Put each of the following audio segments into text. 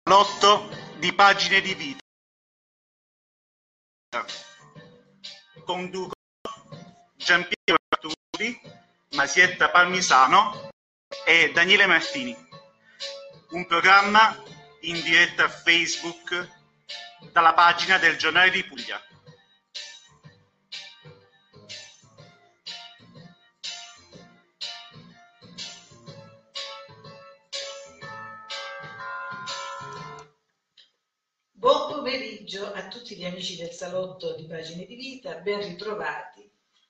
Salotto di Pagine di Vita. Conducono Giampiero Arturi, Masietta Palmisano e Daniele Martini. Un programma in diretta a Facebook dalla pagina del Giornale di Puglia. Buon pomeriggio a tutti gli amici del Salotto di Pagine di Vita, ben ritrovati.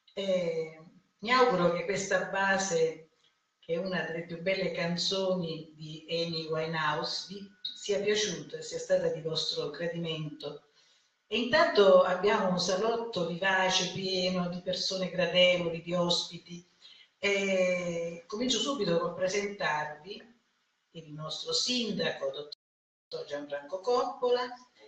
Mi auguro che questa base, che è una delle più belle canzoni di Amy Winehouse, vi sia piaciuta e sia stata di vostro gradimento. E intanto abbiamo un salotto vivace, pieno di persone gradevoli, di ospiti. Comincio subito col presentarvi il nostro sindaco, dottor Gianfranco Coppola,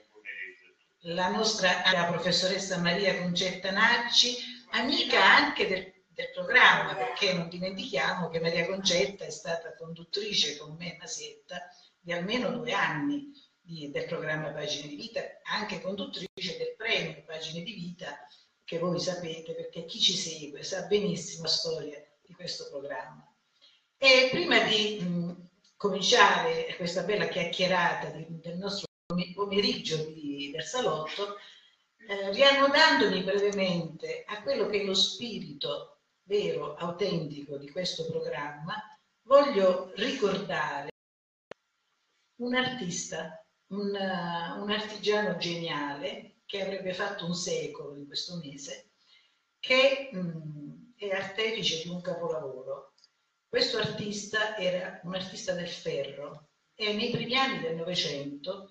la nostra la professoressa Maria Concetta Nacci, amica anche del programma, perché non dimentichiamo che Maria Concetta è stata conduttrice con me, Masietta, di almeno 2 anni del programma Pagine di Vita, anche conduttrice del premio Pagine di Vita, che voi sapete, perché chi ci segue sa benissimo la storia di questo programma. E prima di cominciare questa bella chiacchierata del nostro pomeriggio del salotto, riannodandomi brevemente a quello che è lo spirito vero, autentico di questo programma, voglio ricordare un artista, un artigiano geniale che avrebbe fatto un secolo in questo mese, che è artefice di un capolavoro. Questo artista era un artista del ferro e nei primi anni del Novecento,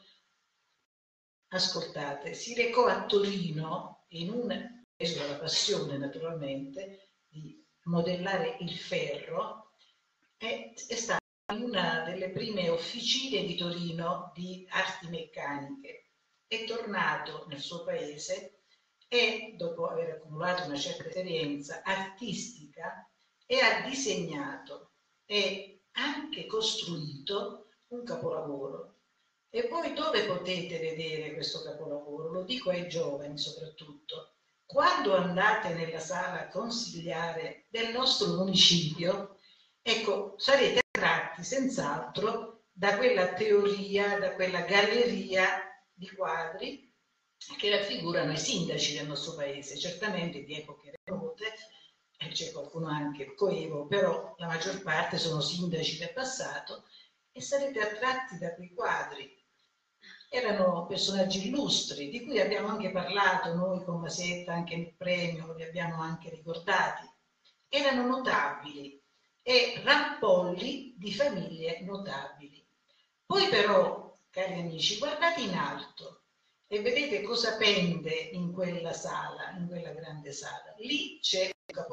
ascoltate, si recò a Torino preso dalla passione naturalmente di modellare il ferro, è stato in una delle prime officine di Torino di arti meccaniche. È tornato nel suo paese e, dopo aver accumulato una certa esperienza artistica, e ha disegnato e anche costruito un capolavoro. E voi dove potete vedere questo capolavoro? Lo dico ai giovani soprattutto. Quando andate nella sala consigliare del nostro municipio, ecco, sarete attratti senz'altro da quella teoria, da quella galleria di quadri che raffigurano i sindaci del nostro paese, certamente di epoche remote, c'è qualcuno anche coevo, però la maggior parte sono sindaci del passato, e sarete attratti da quei quadri. Erano personaggi illustri, di cui abbiamo anche parlato noi con Masetta, anche nel premio, li abbiamo anche ricordati. Erano notabili e rampolli di famiglie notabili. Poi però, cari amici, guardate in alto e vedete cosa pende in quella sala, in quella grande sala. Lì c'è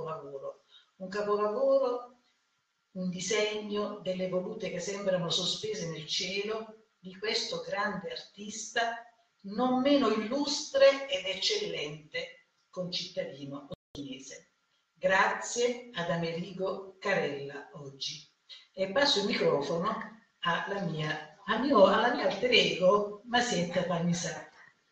un capolavoro, un disegno delle volute che sembrano sospese nel cielo di questo grande artista, non meno illustre ed eccellente concittadino torinese. Grazie ad Amerigo Carella oggi. E passo il microfono alla mia alter ego, Masietta Palmisano.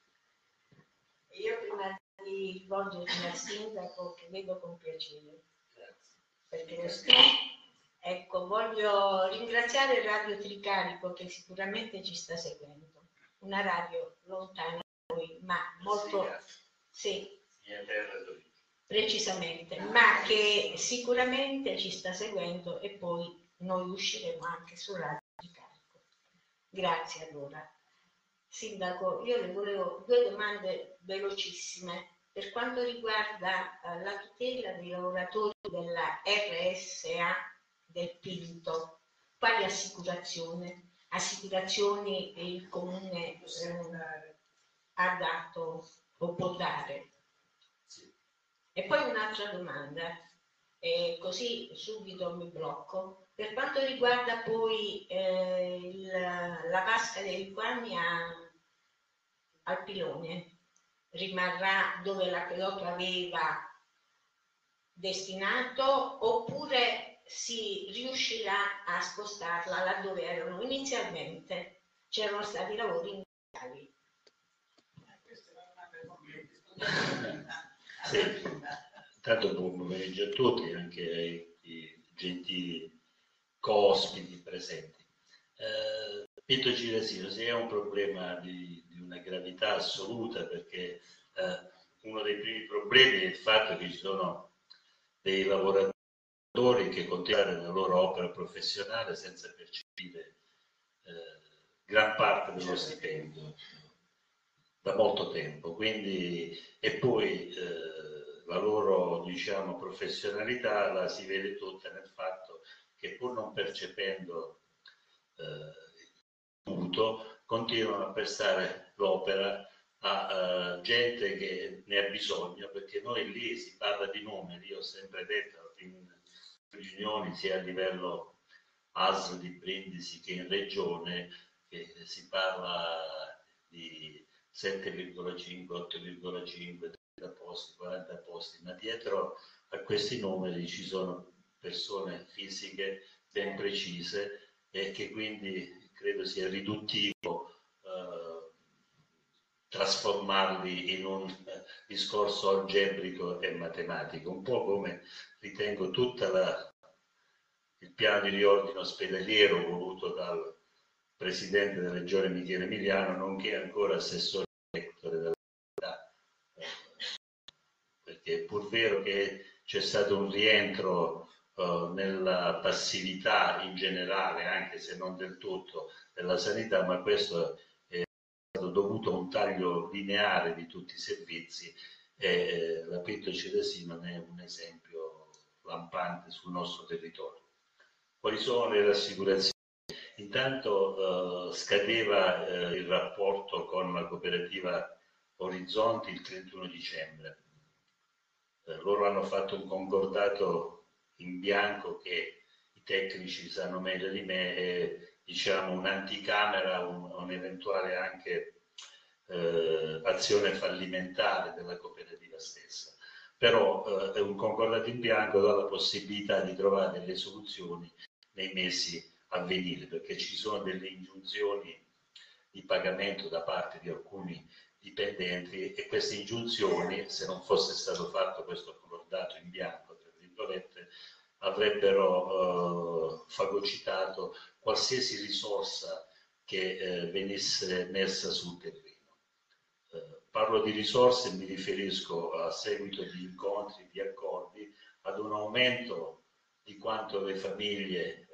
Io prima di rivolgermi al sindaco, che vedo con piacere, perché lo sto, ecco, voglio ringraziare Radio Tricarico che sicuramente ci sta seguendo, una radio lontana da noi, ma molto, sì, precisamente, ma che sicuramente ci sta seguendo, e poi noi usciremo anche su Radio Tricarico. Grazie allora. Sindaco, io le volevo 2 domande velocissime. Per quanto riguarda la tutela dei lavoratori della RSA del Pinto, quali assicurazioni il Comune ha dato o può dare? Sì. E poi un'altra domanda, così subito mi blocco. Per quanto riguarda poi la vasca dei liquami al pilone, rimarrà dove l'acquedotto aveva destinato, oppure si riuscirà a spostarla laddove erano inizialmente c'erano stati lavori iniziali. Sì. Intanto buon pomeriggio a tutti, anche ai gentili co-ospiti presenti. Pinto Ciresino, sì, è un problema di una gravità assoluta, perché uno dei primi problemi è il fatto che ci sono dei lavoratori che continuano la loro opera professionale senza percepire gran parte dello stipendio da molto tempo, quindi, e poi la loro, diciamo, professionalità la si vede tutta nel fatto che, pur non percependo dovuto, continuano a prestare l'opera a gente che ne ha bisogno, perché noi lì si parla di numeri. Io ho sempre detto in riunioni sia a livello ASL di Brindisi che in regione, che si parla di 7,5, 8,5, 30 posti, 40 posti, ma dietro a questi numeri ci sono persone fisiche ben precise, e che quindi credo sia riduttivo trasformarli in un discorso algebrico e matematico, un po' come ritengo il piano di riordino ospedaliero voluto dal presidente della regione Michele Emiliano, nonché ancora assessore della città, perché è pur vero che c'è stato un rientro nella passività in generale, anche se non del tutto, della sanità, ma questo è stato dovuto a un taglio lineare di tutti i servizi, e la Pinto Ciresino ne è un esempio lampante sul nostro territorio. Quali sono le rassicurazioni? Intanto scadeva il rapporto con la cooperativa Orizzonti il 31 dicembre. Loro hanno fatto un concordato in bianco che i tecnici sanno meglio di me, è, diciamo, un'anticamera, un'eventuale anche azione fallimentare della cooperativa stessa. Però è un concordato in bianco, dà la possibilità di trovare delle soluzioni nei mesi a venire, perché ci sono delle ingiunzioni di pagamento da parte di alcuni dipendenti, e queste ingiunzioni, se non fosse stato fatto questo concordato in bianco, tra virgolette, avrebbero fagocitato qualsiasi risorsa che venisse messa sul terreno. Parlo di risorse e mi riferisco, a seguito di incontri, di accordi, ad un aumento di quanto le famiglie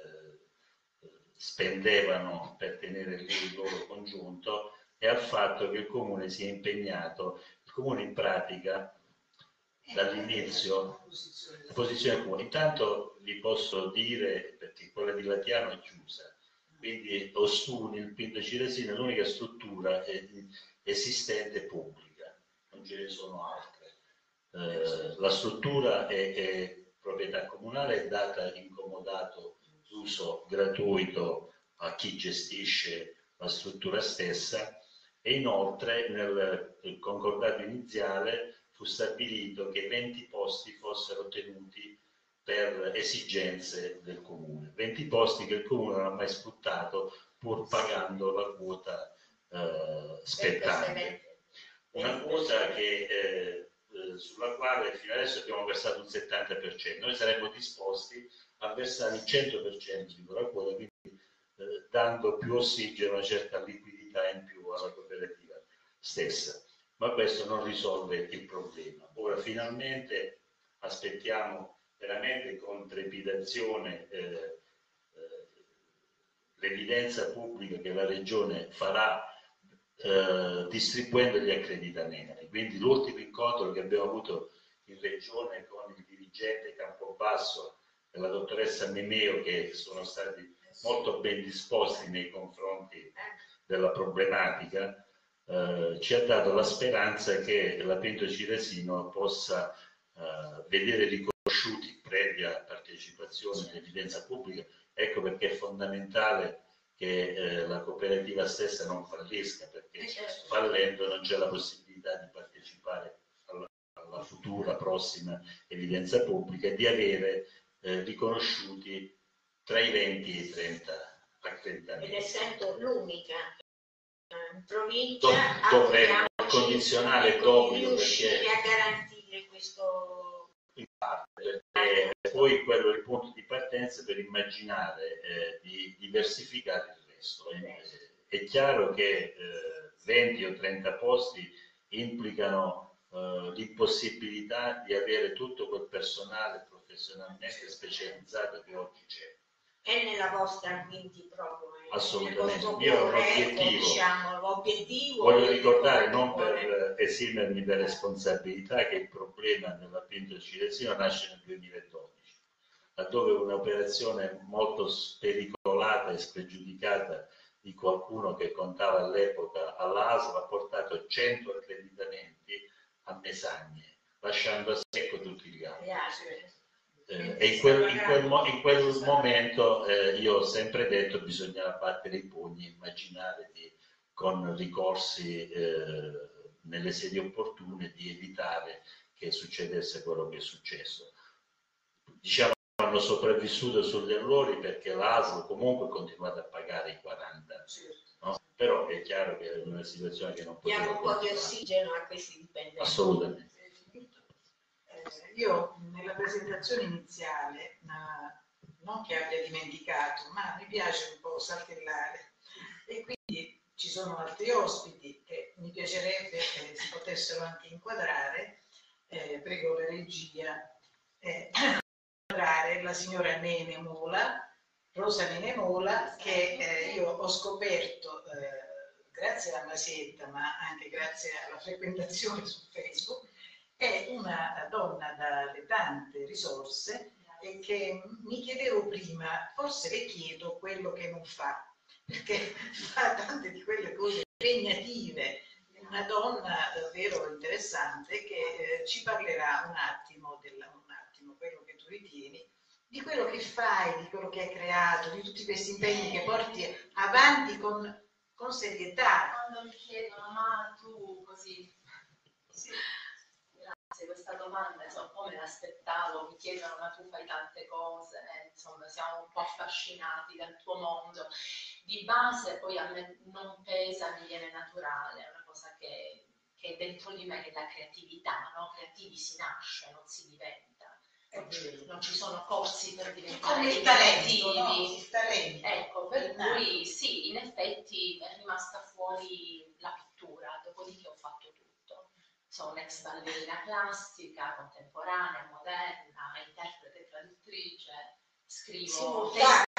spendevano per tenere lì il loro congiunto, e al fatto che il Comune si è impegnato. Il Comune in pratica dall'inizio, la posizione comune, intanto vi posso dire, perché quella di Latiano è chiusa, quindi Ostuni, il Pinto Ciresino è l'unica struttura esistente pubblica, non ce ne sono altre. La struttura è proprietà comunale, è data in comodato d'uso gratuito a chi gestisce la struttura stessa, e inoltre nel concordato iniziale fu stabilito che 20 posti fossero tenuti per esigenze del Comune, 20 posti che il Comune non ha mai sfruttato, pur pagando la quota spettante. Una quota che, sulla quale fino adesso abbiamo versato un 70%, noi saremmo disposti a versare il 100% di quella quota, quindi dando più ossigeno, una certa liquidità in più alla cooperativa stessa. Ma questo non risolve il problema. Ora finalmente aspettiamo veramente con trepidazione l'evidenza pubblica che la Regione farà distribuendo gli accreditamenti. Quindi l'ultimo incontro che abbiamo avuto in Regione con il dirigente Campobasso e la dottoressa Memeo, che sono stati molto ben disposti nei confronti della problematica, ci ha dato la speranza che la Pinto Ciresino possa vedere riconosciuti, previa partecipazione all'evidenza pubblica. Ecco perché è fondamentale che la cooperativa stessa non fallisca, perché fallendo non c'è la possibilità di partecipare alla futura prossima evidenza pubblica e di avere riconosciuti tra i 20 e i 30 accreditamento. Ed essendo l'unica provincia dovremmo condizionare d'obbligo, riuscire perché a garantire questo. Perché poi quello è il punto di partenza per immaginare di diversificare il resto. È chiaro che 20 o 30 posti implicano l'impossibilità di avere tutto quel personale professionalmente specializzato che oggi c'è. È nella vostra quindi proprio assolutamente. Io Io ho un obiettivo, diciamo, l'obiettivo voglio ricordare, non per esimermi per responsabilità, che il problema dell'ambiente cilesino nasce nel 2012, laddove un'operazione molto spericolata e spregiudicata di qualcuno che contava all'epoca all'ASL ha portato 100 accreditamenti a Mesagne, lasciando a secco tutti gli altri. E in quel momento io ho sempre detto che bisognava battere i pugni, immaginare con ricorsi nelle sedi opportune di evitare che succedesse quello che è successo. Diciamo che hanno sopravvissuto sugli errori perché l'ASL comunque ha continuato a pagare i 40, no? Però è chiaro che è una situazione che non poteva diamo un po' di ossigeno a questi dipendenti. Assolutamente. Io nella presentazione iniziale, non che abbia dimenticato, ma mi piace un po' saltellare, e quindi ci sono altri ospiti che mi piacerebbe che si potessero anche inquadrare. Prego la regia, la signora Nene Mola, Rosa Nene Mola, che io ho scoperto grazie alla Masietta, ma anche grazie alla frequentazione su Facebook. È una donna dalle tante risorse e che mi chiedevo prima, forse le chiedo quello che non fa, perché fa tante di quelle cose impegnative. È una donna davvero interessante che ci parlerà un attimo, quello che tu ritieni, di quello che fai, di quello che hai creato, di tutti questi impegni che porti avanti con serietà. Quando mi chiedono, ma tu così... Sì. Questa domanda, insomma, un po' me l'aspettavo, mi chiedono ma tu fai tante cose, insomma siamo un po' affascinati dal tuo mondo. Di base poi a me non pesa, mi viene naturale, è una cosa che è dentro di me, che è la creatività, no? Creativi si nasce, non si diventa. Non ci sono corsi per diventare creativi. No? Ecco, per cui sì, in effetti è rimasta fuori la pittura, dopodiché ho fatto tutto. Sono un'ex ballerina classica, contemporanea, moderna, interprete e traduttrice, scrivo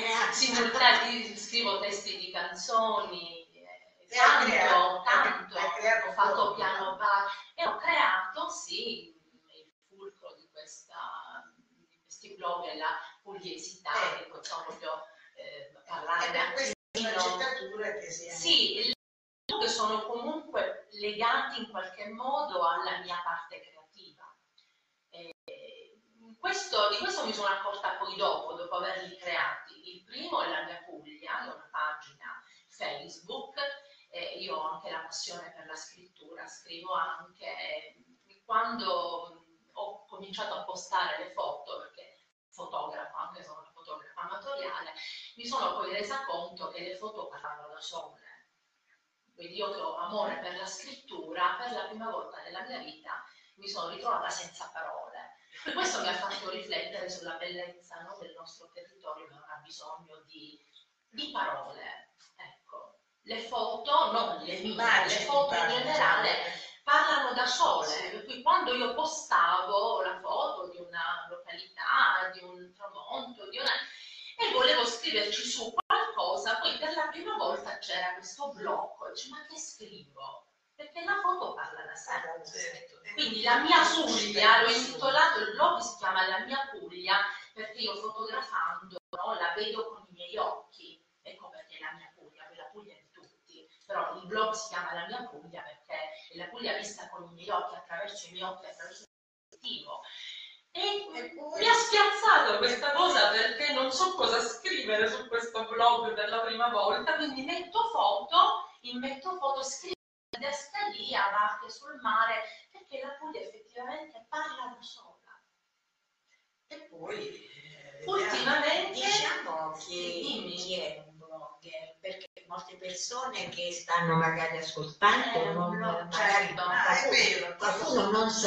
testi di canzoni, tanto, ho fatto piano bar e ho creato, sì, il fulcro di questi blog e la pugliesità, che insomma voglio parlare anche di che sì, che sono comunque legati in qualche modo alla mia parte creativa. Di questo mi sono accorta poi dopo averli creati. Il primo è la mia Puglia, è una pagina Facebook, io ho anche la passione per la scrittura, scrivo anche. Quando ho cominciato a postare le foto, perché fotografo, anche sono una fotografa amatoriale, mi sono poi resa conto che le foto parlavano da sole. Quindi io che ho amore per la scrittura, per la prima volta nella mia vita mi sono ritrovata senza parole. E questo mi ha fatto riflettere sulla bellezza, no, del nostro territorio, che non ha bisogno di parole. Ecco, le foto, non le mie, le foto in generale parlano da sole. Per cui quando io postavo la foto di una località, di un tramonto, e volevo scriverci su qualcosa, poi per la prima volta c'era questo blocco, dice, ma che scrivo? Perché la foto parla da sé. Quindi la mia Puglia, l'ho intitolato, il blog si chiama La mia Puglia, perché io fotografando, no, la vedo con i miei occhi, ecco perché è la mia Puglia, poi la Puglia è di tutti, però il blog si chiama La mia Puglia perché è la Puglia vista con i miei occhi, attraverso i miei occhi, attraverso il mio obiettivo. E mi ha spiazzato questa cosa perché non so cosa scrivere su questo blog per la prima volta, quindi metto foto, scrivo a destra lì, a Vacche sul mare, perché la Puglia effettivamente parla da sola. E poi ultimamente diciamo chi è un blog. molte persone che stanno magari ascoltando, magari è vero, qualcuno non sa.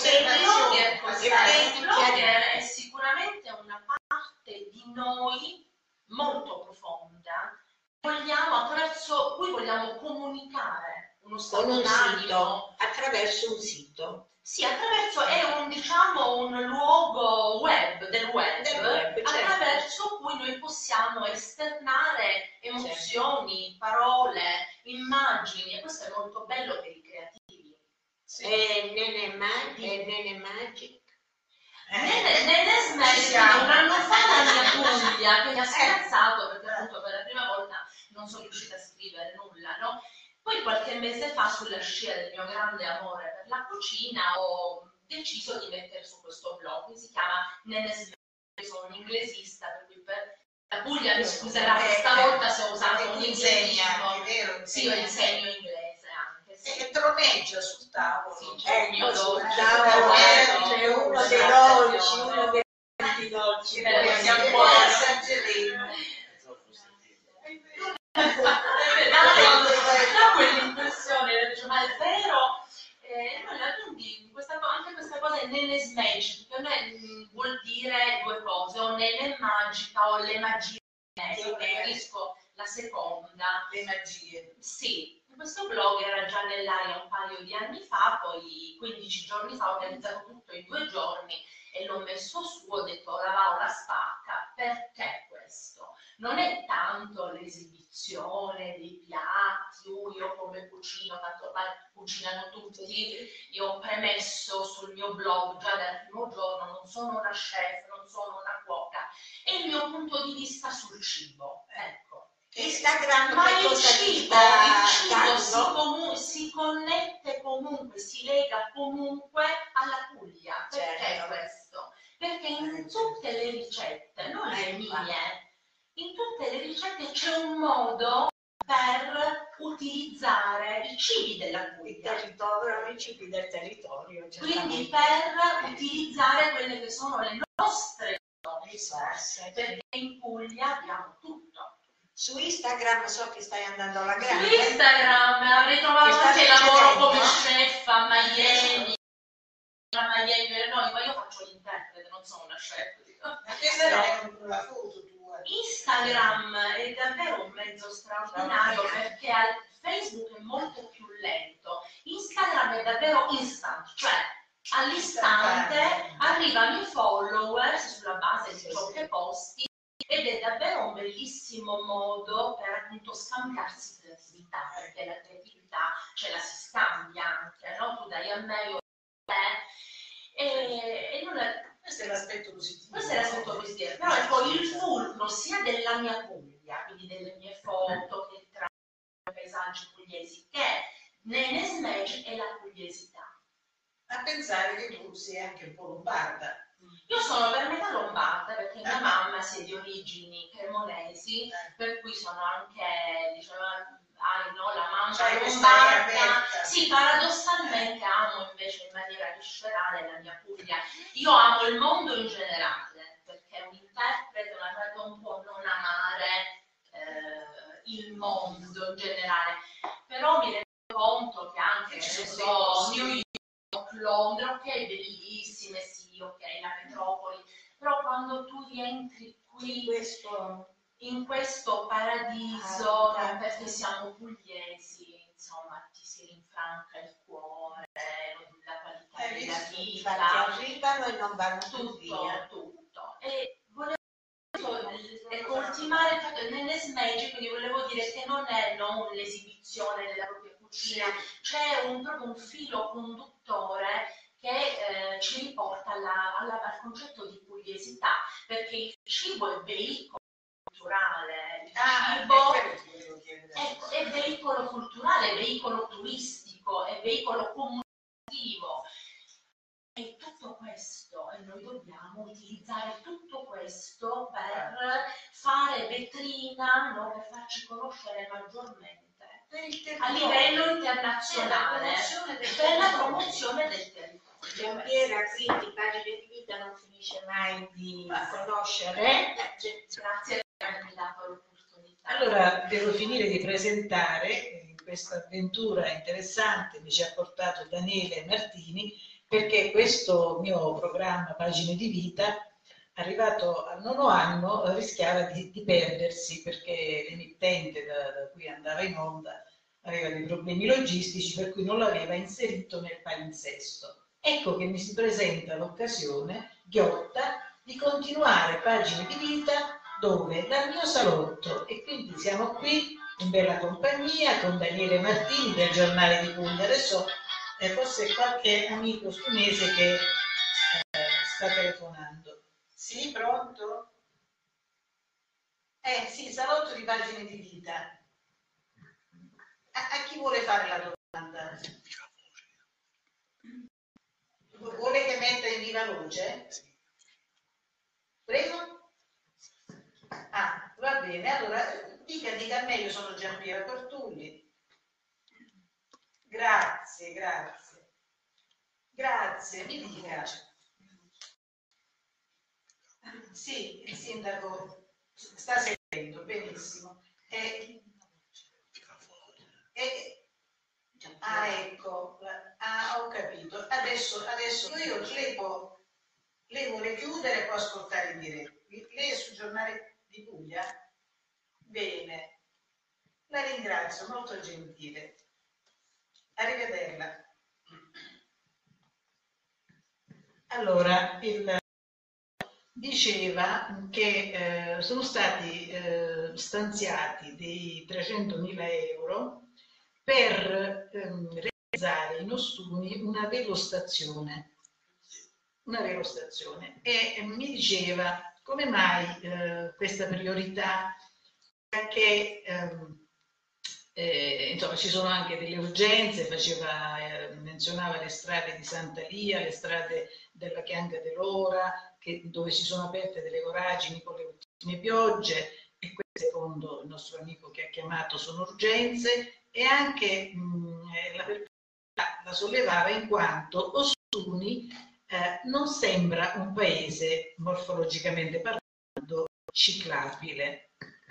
Il blogger è sicuramente una parte di noi molto profonda, attraverso cui vogliamo comunicare uno stato d'animo attraverso un sito. Sì, è un luogo web, certo, attraverso cui noi possiamo esternare emozioni, parole, immagini, e questo è molto bello per i creativi. Sì. Nene Magic. Nene Smash, un anno fa la mia Puglia che mi ha spiazzato perché appunto per la prima volta non sono riuscita a scrivere nulla, no? Poi qualche mese fa, sulla scia del mio grande amore per la cucina, ho deciso di mettere su questo blog, che si chiama Nene Smash. Sono un inglesista, per cui per la Puglia mi scuserà questa volta se ho usato un inglesismo. Sì, io insegno inglese anche. Sì. E troneggia sul tavolo. Sì, c'è il mio dolce. C'è uno dei dolci, uno dei dolci. Siamo un po' da quell'impressione, ma è vero. Quindi anche questa cosa è Nene Smash, che vuol dire due cose, o nene magica o le magie. Preferisco la seconda. Le magie. Sì, questo blog era già nell'aria un paio di anni fa, poi 15 giorni fa ho organizzato tutto in 2 giorni e l'ho messo su, ho detto ora spacca. Perché questo? Non è tanto l'esibizione dei piatti, io come cucino, tanto ormai cucinano tutti, io ho premesso sul mio blog già dal primo giorno, non sono una chef, non sono una cuoca, è il mio punto di vista sul cibo, ecco. Instagram, ma il cibo si connette comunque, si lega comunque alla Puglia. Perché questo? Perché in tutte le ricette, non le mie, in tutte le ricette c'è un modo per utilizzare i cibi della Puglia. I cibi del territorio. Quindi per utilizzare quelle che sono le nostre risorse, perché in Puglia abbiamo tutto. Su Instagram so che stai andando alla grande. Su Instagram avrei trovato anche lavoro come chef a Miami. Ma io faccio l'interprete, non sono una chef. La foto tua. Instagram è davvero un mezzo straordinario perché Facebook è molto più lento. Instagram è davvero instant, cioè all'istante arrivano i followers sulla base di ciò che posti. Ed è davvero un bellissimo modo per appunto scambiarsi creatività, perché la creatività la si scambia anche, no? Tu dai a me, io a te. Questo è l'aspetto positivo. Questo è l'aspetto positivo, però è poi il fulcro sia della mia Puglia, quindi delle mie foto che tra i paesaggi pugliesi, che Nene Smash e la pugliesità. A pensare che tu sei anche un po' lombarda. Io sono per metà lombarda perché mia mamma è di origini cremonesi, per cui sono anche, la mamma lombarda. Sì, paradossalmente amo invece in maniera viscerale la mia Puglia. Io amo il mondo in generale, perché un interprete è una cosa un po' non amare il mondo in generale, però mi rendo conto che anche New York, Londra, ok, bellissime, sì, ok, la metropoli, però quando tu rientri qui in questo paradiso, perché siamo pugliesi, insomma, ti si rinfranca il cuore, la qualità della vita. Arrivano e non vanno via. Tutto. E volevo ultimare il fatto del Nene Smash, quindi volevo dire che non è l'esibizione della propria cucina, c'è proprio un filo conduttore che ci riporta al concetto di pugliesità, perché il cibo è veicolo culturale, il cibo è veicolo culturale, è veicolo turistico, è veicolo comunicativo. E tutto questo, e noi dobbiamo utilizzare tutto questo per fare vetrina, no? Per farci conoscere maggiormente a livello internazionale per la promozione del territorio. Giampiera, quindi Pagine di Vita non finisce mai di conoscere. Grazie per avermi dato l'opportunità. Allora, devo finire di presentare questa avventura interessante che ci ha portato Daniele Martini, perché questo mio programma Pagine di Vita, arrivato al 9° anno, rischiava di perdersi, perché l'emittente da cui andava in onda aveva dei problemi logistici, per cui non l'aveva inserito nel palinsesto. Ecco che mi si presenta l'occasione ghiotta di continuare Pagine di Vita dove? Dal mio salotto, e quindi siamo qui in bella compagnia con Daniele Martini del Giornale di Puglia. Adesso forse qualche amico stunese che sta telefonando. Sì, pronto? Sì, salotto di Pagine di Vita. A chi vuole fare la domanda? Vuole che metta in viva voce? Prego? Ah, va bene, allora dica a me, io sono Giampiera Cortulli. Grazie, mi dica. Sì, il sindaco sta seguendo, benissimo. Ecco, ho capito. Adesso lei vuole chiudere e può ascoltare in diretta. Lei è sul Giornale di Puglia? Bene, la ringrazio, molto gentile. Arrivederla. Allora, diceva che sono stati stanziati dei 300.000 euro per realizzare in Ostuni una velostazione. E mi diceva come mai questa priorità, perché insomma ci sono anche delle urgenze, menzionava le strade di Santa Lia, le strade della Chianga dell'Ora, dove si sono aperte delle voragini con le ultime piogge, e queste, secondo il nostro amico che ha chiamato, sono urgenze, e anche la sollevava in quanto Ostuni non sembra un paese, morfologicamente parlando, ciclabile.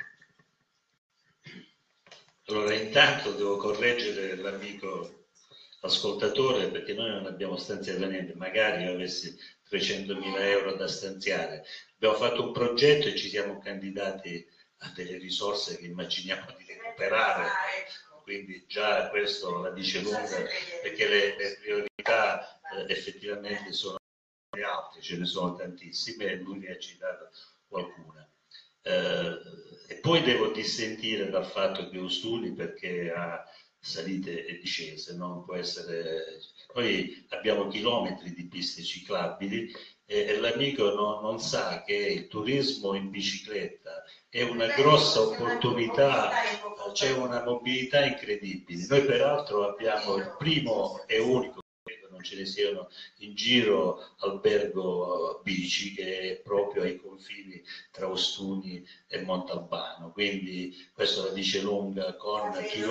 Allora, intanto devo correggere l'amico ascoltatore, perché noi non abbiamo stanziato niente. Magari io avessi 300.000 euro da stanziare. Abbiamo fatto un progetto e ci siamo candidati a delle risorse che immaginiamo di recuperare, quindi già questo la dice lunga, perché le priorità effettivamente sono le altre, ce ne sono tantissime e lui ne ha citato qualcuna. E poi devo dissentire dal fatto che Ostuni, perché ha salite e discese, non può essere. Noi abbiamo chilometri di piste ciclabili e l'amico non sa che il turismo in bicicletta è una grossa opportunità, c'è una mobilità incredibile. Noi peraltro abbiamo il primo e unico, non ce ne siano in giro, albergo bici che è proprio ai confini tra Ostuni e Montalbano, quindi questo la dice lunga, con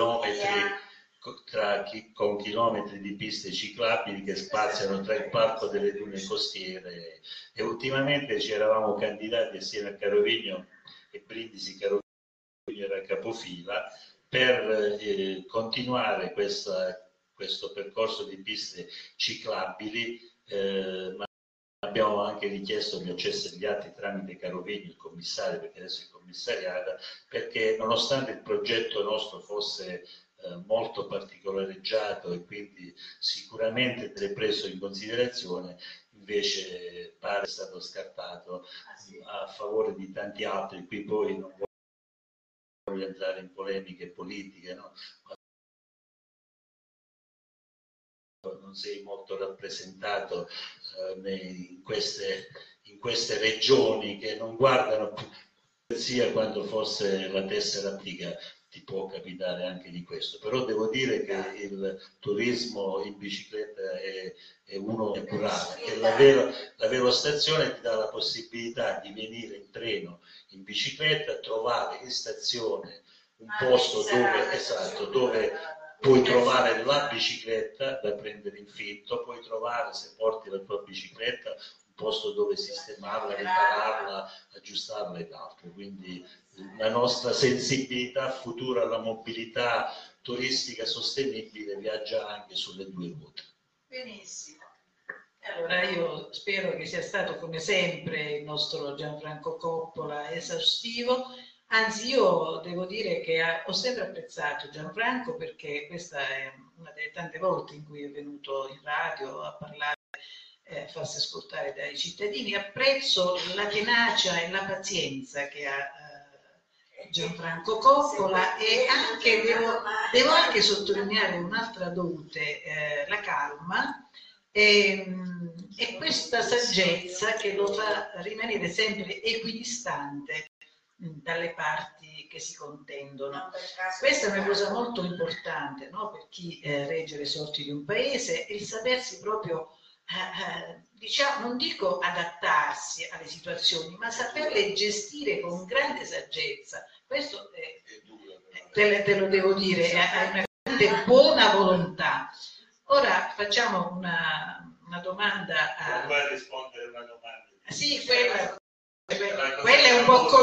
chilometri di piste ciclabili che spaziano tra il Parco delle Dune Costiere, e ultimamente ci eravamo candidati assieme a Carovigno e Brindisi. Carovigno era capofila per continuare questo percorso di piste ciclabili, ma abbiamo anche richiesto gli accessi agli atti tramite Carovigno, il commissario, perché adesso è commissariata, perché nonostante il progetto nostro fosse molto particolareggiato e quindi sicuramente preso in considerazione, invece pare stato scartato a favore di tanti altri. Qui poi non voglio entrare in polemiche politiche, no? Non sei molto rappresentato in queste regioni che non guardano più sia quando forse la tessera antica. Ti può capitare anche di questo, però devo dire che il turismo in bicicletta è uno naturale, che la velostazione ti dà la possibilità di venire in treno in bicicletta, trovare in stazione un posto dove puoi trovare la bicicletta da prendere in fitto, puoi trovare, se porti la tua bicicletta, un posto dove sistemarla, ripararla, aggiustarla ed altro. Quindi la nostra sensibilità futura alla mobilità turistica sostenibile viaggia anche sulle due ruote. Benissimo. Allora io spero che sia stato come sempre il nostro Gianfranco Coppola esaustivo, anzi io devo dire che ho sempre apprezzato Gianfranco, perché questa è una delle tante volte in cui è venuto in radio a parlare, a farsi ascoltare dai cittadini. Apprezzo la tenacia e la pazienza che ha Gianfranco Coppola, e anche devo anche sottolineare un'altra dote, la calma e questa saggezza che lo fa rimanere sempre equidistante dalle parti che si contendono. Questa è una cosa molto importante, no? Per chi regge le sorti di un paese, il sapersi proprio diciamo, non dico adattarsi alle situazioni, ma saperle gestire con grande saggezza. Questo te lo devo dire, hai una grande buona volontà. Ora facciamo una domanda a... Non vuoi rispondere a una domanda? Sì, quella è un po'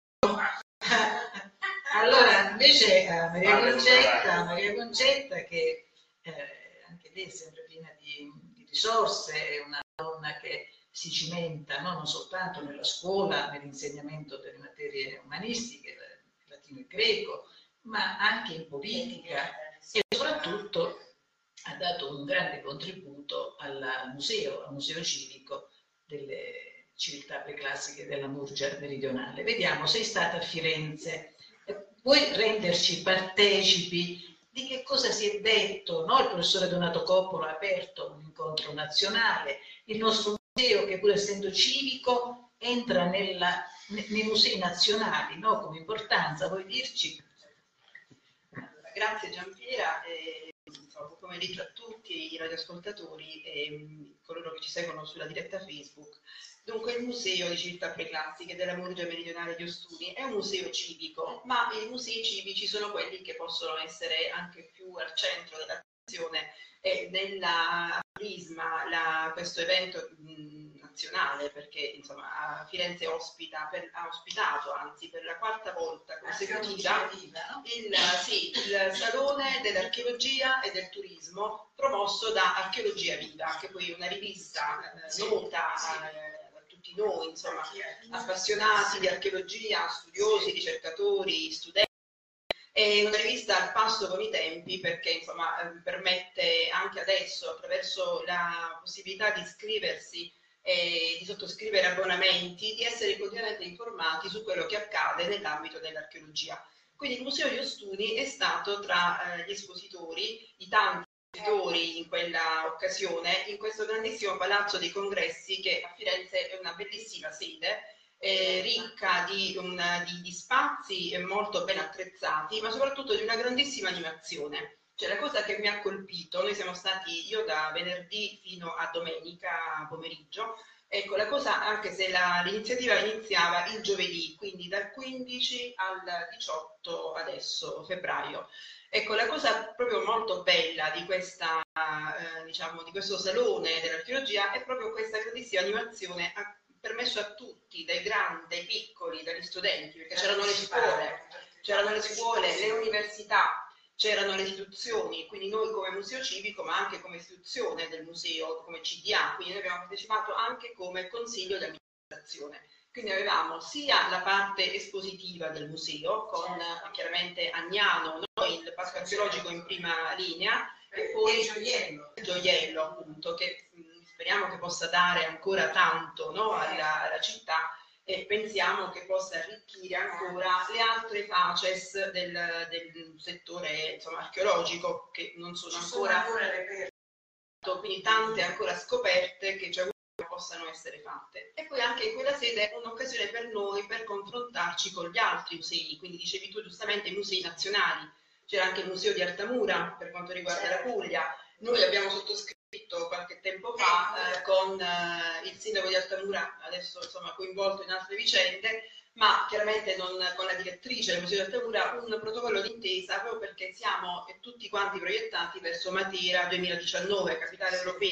Allora, invece Maria Concetta, che anche lei è sempre piena di risorse, è una donna che si cimenta, no? Non soltanto nella scuola, nell'insegnamento delle materie umanistiche, latino e greco, ma anche in politica, e soprattutto ha dato un grande contributo al museo civico delle civiltà preclassiche della Murgia meridionale. Vediamo, sei stata a Firenze, puoi renderci partecipi di che cosa si è detto, no? Il professore Donato Coppola ha aperto un incontro nazionale, il nostro museo, che pur essendo civico entra nei musei nazionali, no? Come importanza, vuoi dirci? Grazie Giampiera, buon pomeriggio a tutti i radioascoltatori e coloro che ci seguono sulla diretta Facebook. Dunque, il Museo di Civiltà Preclassiche della Murgia Meridionale di Ostuni è un museo civico, ma i musei civici sono quelli che possono essere anche più al centro dell'attenzione e nella prisma questo evento nazionale, perché insomma a Firenze ha ospitato, anzi per la quarta volta consecutiva, il Salone dell'Archeologia e del Turismo promosso da Archeologia Viva, che poi è una rivista nota a tutti noi, insomma, appassionati di archeologia, studiosi, ricercatori, studenti. È una rivista al passo con i tempi, perché insomma permette anche adesso, attraverso la possibilità di iscriversi e di sottoscrivere abbonamenti, di essere continuamente informati su quello che accade nell'ambito dell'archeologia. Quindi il Museo di Ostuni è stato tra gli espositori, i tanti espositori in quella occasione, in questo grandissimo palazzo dei congressi, che a Firenze è una bellissima sede, ricca di spazi molto ben attrezzati, ma soprattutto di una grandissima animazione. Cioè, la cosa che mi ha colpito, noi siamo stati, io da venerdì fino a domenica pomeriggio, ecco, la cosa, anche se l'iniziativa iniziava il giovedì, quindi dal 15 al 18 adesso, febbraio. Ecco, la cosa proprio molto bella di questa, diciamo, di questo salone dell'archeologia è proprio questa grandissima animazione permesso a tutti, dai grandi, dai piccoli, dagli studenti, perché c'erano le scuole, le università, c'erano le istituzioni, quindi noi come museo civico, ma anche come istituzione del museo, come CDA, quindi noi abbiamo partecipato anche come consiglio di amministrazione. Quindi avevamo sia la parte espositiva del museo, con chiaramente Agnano, noi il parco archeologico in prima linea, e poi il gioiello appunto, che speriamo che possa dare ancora tanto, no, alla città, e pensiamo che possa arricchire ancora le altre facies del settore, insomma, archeologico, che non sono ancora reperite, quindi tante ancora scoperte che ci auguriamo possano essere fatte. E poi anche in quella sede è un'occasione per noi per confrontarci con gli altri musei, quindi dicevi tu giustamente i musei nazionali, c'era anche il museo di Altamura per quanto riguarda la Puglia. Noi abbiamo sottoscritto qualche tempo fa con il sindaco di Altamura, adesso insomma coinvolto in altre vicende, ma chiaramente non con la direttrice del Museo di Altamura, un protocollo d'intesa proprio perché siamo tutti quanti proiettati verso Matera 2019, capitale europea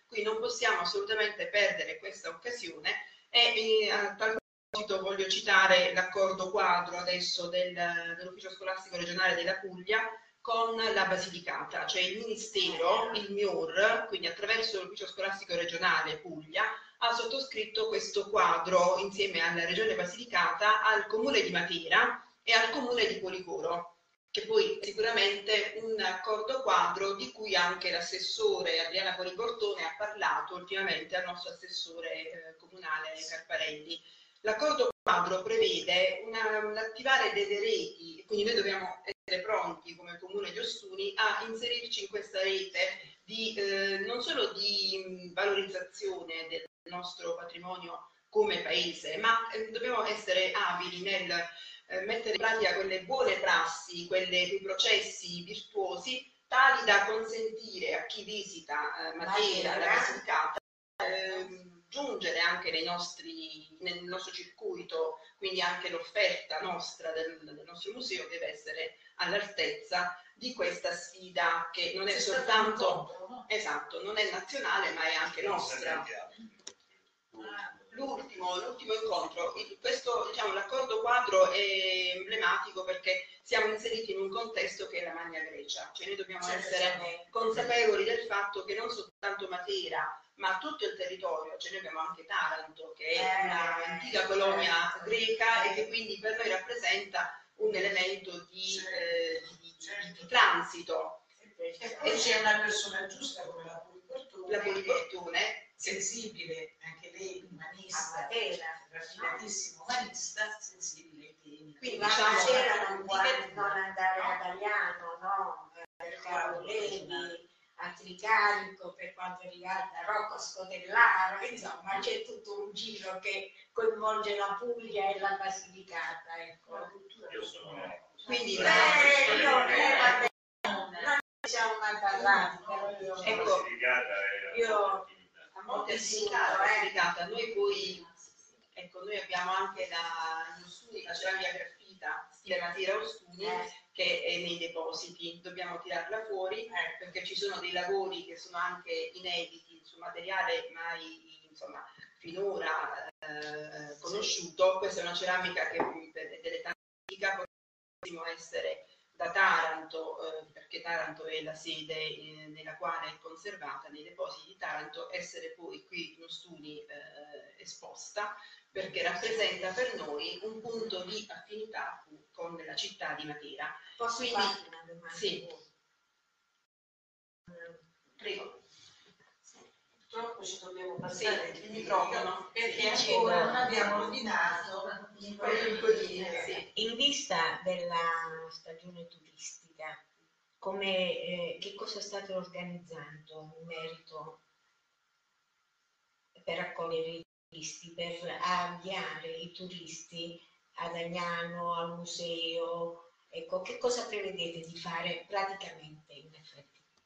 Quindi non possiamo assolutamente perdere questa occasione e a tal proposito voglio citare l'accordo quadro adesso dell'Ufficio Scolastico Regionale della Puglia con la Basilicata, cioè il Ministero, il MIUR, quindi attraverso l'Ufficio Scolastico Regionale Puglia, ha sottoscritto questo quadro insieme alla Regione Basilicata, al Comune di Matera e al Comune di Policoro, che poi sicuramente un accordo quadro di cui anche l'assessore Adriana Poliportone ha parlato ultimamente al nostro assessore comunale Carparelli. L'accordo quadro prevede l'attivare delle reti, quindi noi dobbiamo essere pronti come Comune di Ostuni a inserirci in questa rete non solo di valorizzazione del nostro patrimonio come paese, ma dobbiamo essere abili nel mettere in pratica quelle buone prassi, quei processi virtuosi tali da consentire a chi visita Matera, la Basilicata, giungere anche nel nostro circuito, quindi anche l'offerta nostra del nostro museo deve essere all'altezza di questa sfida che non è soltanto, esatto, non è nazionale ma è anche nostra. L'ultimo incontro, diciamo, l'accordo quadro è emblematico perché siamo inseriti in un contesto che è la Magna Grecia, cioè noi dobbiamo essere consapevoli del fatto che non soltanto Matera ma tutto il territorio, cioè noi abbiamo anche Taranto che è un'antica colonia greca e che quindi per noi rappresenta un elemento di transito. E poi c'è una persona giusta come la Poliportone, sensibile, anche lei umanista, raffinatissimo umanista, sensibile ai temi. Quindi diciamo non andare ad Agliano, no? Per Carolini, a Tricarico, per quanto riguarda Rocco Scodellaro, insomma c'è tutto un giro che coinvolge la Puglia e la Basilicata, ecco. Quindi non siamo mai parlati, però io Basilicata, noi poi noi abbiamo anche in Ostuni la ceramica graffita stile Matera Ostuni che è nei depositi, dobbiamo tirarla fuori perché ci sono dei lavori che sono anche inediti su materiale mai finora conosciuto. Questa è una ceramica che dell'età antica possiamo essere da Taranto, perché Taranto è la sede nella quale è conservata, nei depositi di Taranto, essere poi qui in Ostuni esposta, perché rappresenta per noi un punto di affinità con la città di Matera. Posso farti una domanda? Sì. Prego. Purtroppo ci dobbiamo passare il microfono perché ancora non abbiamo ordinato in vista della stagione turistica, che cosa state organizzando in merito per accogliere i turisti, per avviare i turisti ad Agnano, al museo? Ecco, che cosa prevedete di fare praticamente in effetti?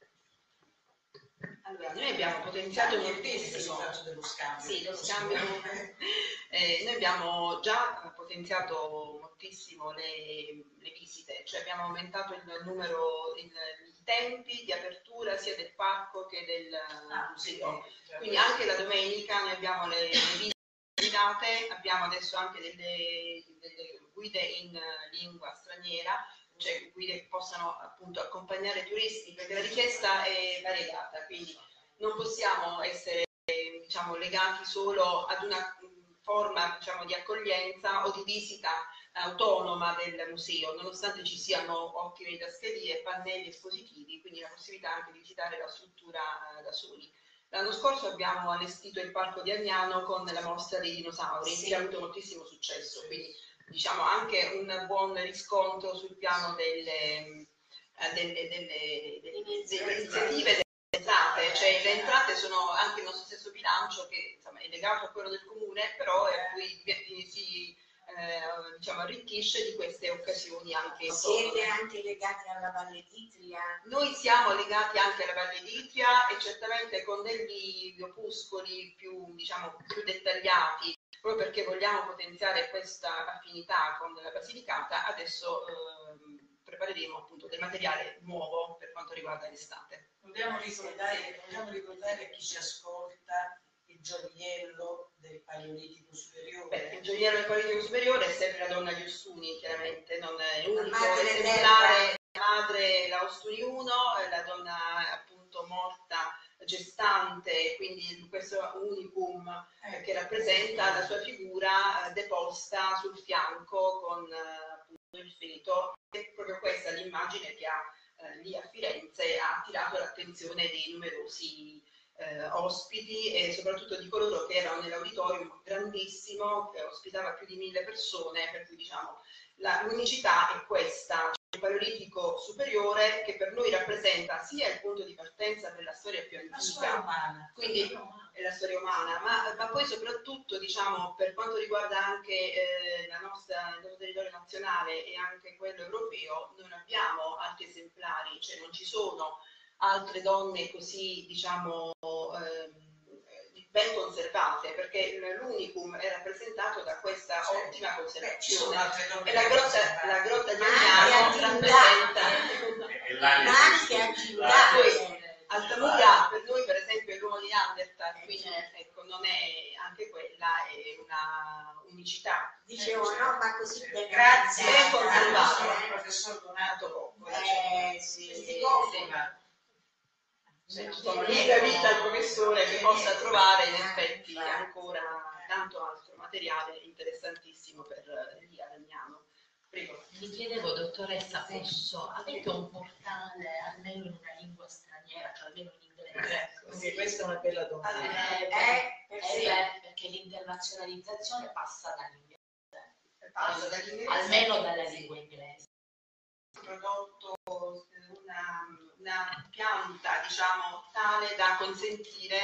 Allora, noi abbiamo potenziato moltissimo dello scambio. Sì, lo scambio. Noi abbiamo già potenziato moltissimo le visite, cioè abbiamo aumentato il numero, i tempi di apertura sia del parco che del museo. Quindi anche la domenica noi abbiamo le visite guidate, abbiamo adesso anche delle guide in lingua straniera, cioè guide che possano appunto accompagnare i turisti, perché la richiesta è variegata, quindi non possiamo essere legati solo ad una forma di accoglienza o di visita autonoma del museo, nonostante ci siano ottime didascalie, pannelli espositivi, quindi la possibilità anche di visitare la struttura da soli. L'anno scorso abbiamo allestito il parco di Agnano con la mostra dei dinosauri, che ha avuto moltissimo successo, quindi anche un buon riscontro sul piano delle iniziative delle entrate, cioè le entrate sono anche il nostro stesso bilancio che è legato a quello del comune, però poi si arricchisce di queste occasioni anche. Siete anche legati alla Valle d'Itria? Noi siamo legati anche alla Valle d'Itria e certamente con degli opuscoli più dettagliati, proprio perché vogliamo potenziare questa affinità con la Basilicata. Adesso prepareremo appunto del materiale nuovo per quanto riguarda l'estate. Vogliamo ricordare a chi ci ascolta il gioiello del Paleolitico superiore. Beh, il gioiello del Paleolitico superiore è sempre la donna di Ostuni, chiaramente, non è unico, madre esemplare, madre la Ostuni 1, la donna appunto morta gestante, quindi questo unicum che rappresenta la sua figura deposta sul fianco con appunto il feto. È proprio questa l'immagine che ha lì a Firenze ha attirato l'attenzione dei numerosi ospiti e soprattutto di coloro che erano nell'auditorium grandissimo che ospitava più di 1000 persone, per cui diciamo l'unicità è questa, il Paleolitico superiore che per noi rappresenta sia il punto di partenza per la storia più antica, quindi è la storia umana, ma poi soprattutto diciamo per quanto riguarda anche il nostro territorio nazionale e anche quello europeo, non abbiamo altri esemplari, cioè non ci sono altre donne così diciamo ben conservate, perché l'unicum è rappresentato da questa ottima conservazione e la grotta di Agnano rappresenta anche a Giuda. Altamura per noi per esempio è l'uomo di Neanderthal, quindi ecco, non è, anche quella è una unicità. Dicevo no, ma così grazie ben conservato al professor Donato Coppola. Lunga vita al professore che possa trovare in effetti ancora tanto altro materiale interessantissimo per Lia Dagnano. Prego. Mi chiedevo, dottoressa, avete un portale almeno in una lingua straniera, cioè almeno in inglese? Sì, questa è una bella domanda. Perché l'internazionalizzazione passa dall'inglese, almeno dalla lingua inglese. Prodotto una pianta diciamo tale da consentire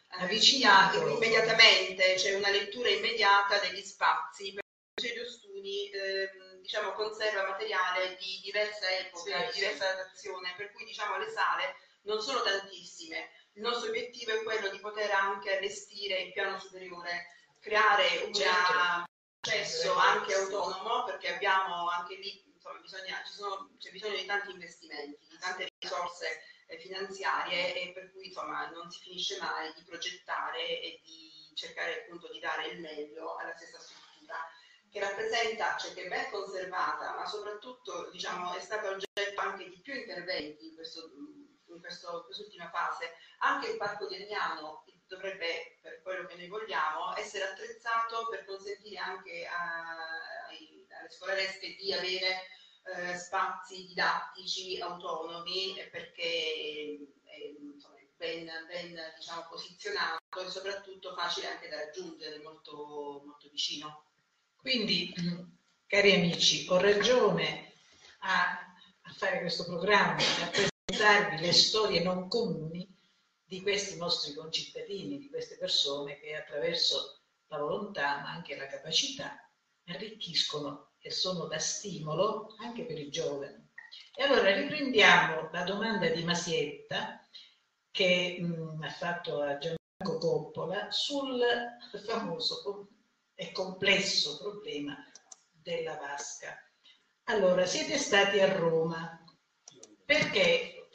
immediatamente, c'è una lettura immediata degli spazi. Per il Museo di Ostuni diciamo conserva materiale di diversa epoca, di diversa datazione, per cui diciamo le sale non sono tantissime. Il nostro obiettivo è quello di poter anche allestire il piano superiore, creare un accesso anche autonomo, perché abbiamo anche lì c'è bisogno di tanti investimenti, di tante risorse finanziarie e per cui insomma non si finisce mai di progettare e di cercare appunto di dare il meglio alla stessa struttura che rappresenta, cioè che è ben conservata, ma soprattutto diciamo è stata oggetto anche di più interventi in quest'ultima fase. Anche il Parco di Agnano dovrebbe, per quello che noi vogliamo, essere attrezzato per consentire anche alle scolaresche di avere spazi didattici autonomi, perché è ben diciamo, posizionato e soprattutto facile anche da raggiungere, molto, molto vicino. Quindi, cari amici, ho ragione a fare questo programma, a presentarvi le storie non comuni di questi nostri concittadini, di queste persone che attraverso la volontà, ma anche la capacità, arricchiscono e sono da stimolo anche per i giovani. E allora riprendiamo la domanda di Masietta che ha fatto a Gianmarco Coppola sul famoso e complesso problema della vasca. Allora, siete stati a Roma perché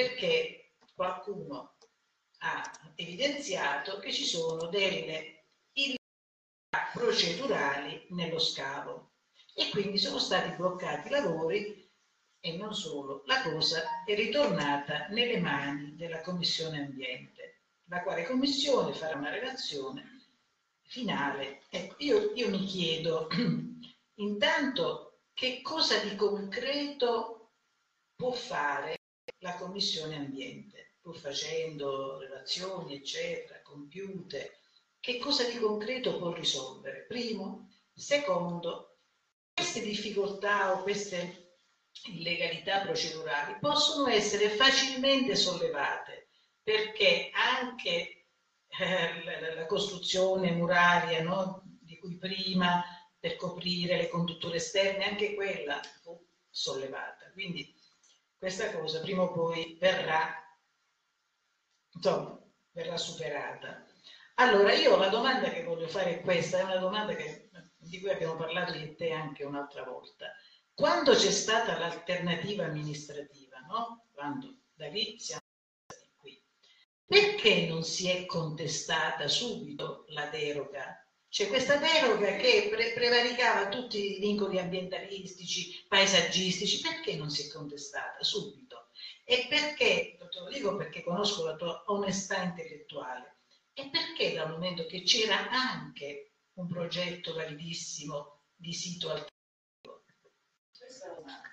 qualcuno ha evidenziato che ci sono delle illegalità procedurali nello scavo e quindi sono stati bloccati i lavori e non solo, la cosa è ritornata nelle mani della Commissione Ambiente, la quale commissione farà una relazione finale. Ecco, io mi chiedo intanto che cosa di concreto può fare la Commissione Ambiente, pur facendo relazioni, eccetera, compiute, che cosa di concreto può risolvere? Primo. Secondo, queste difficoltà o queste illegalità procedurali possono essere facilmente sollevate, perché anche la costruzione muraria, no, di cui prima, per coprire le condutture esterne, anche quella fu sollevata. Quindi questa cosa prima o poi verrà superata. Allora io la domanda che voglio fare è questa, è una domanda di cui abbiamo parlato io e te anche un'altra volta. Quando c'è stata l'alternativa amministrativa, no? Quando da lì siamo Perché non si è contestata subito la deroga? C'è questa deroga che prevaricava tutti i vincoli ambientalistici, paesaggistici, perché non si è contestata subito? E perché, te lo dico perché conosco la tua onestà intellettuale, e perché dal momento che c'era anche un progetto validissimo di sito alternativo? Questa è la domanda.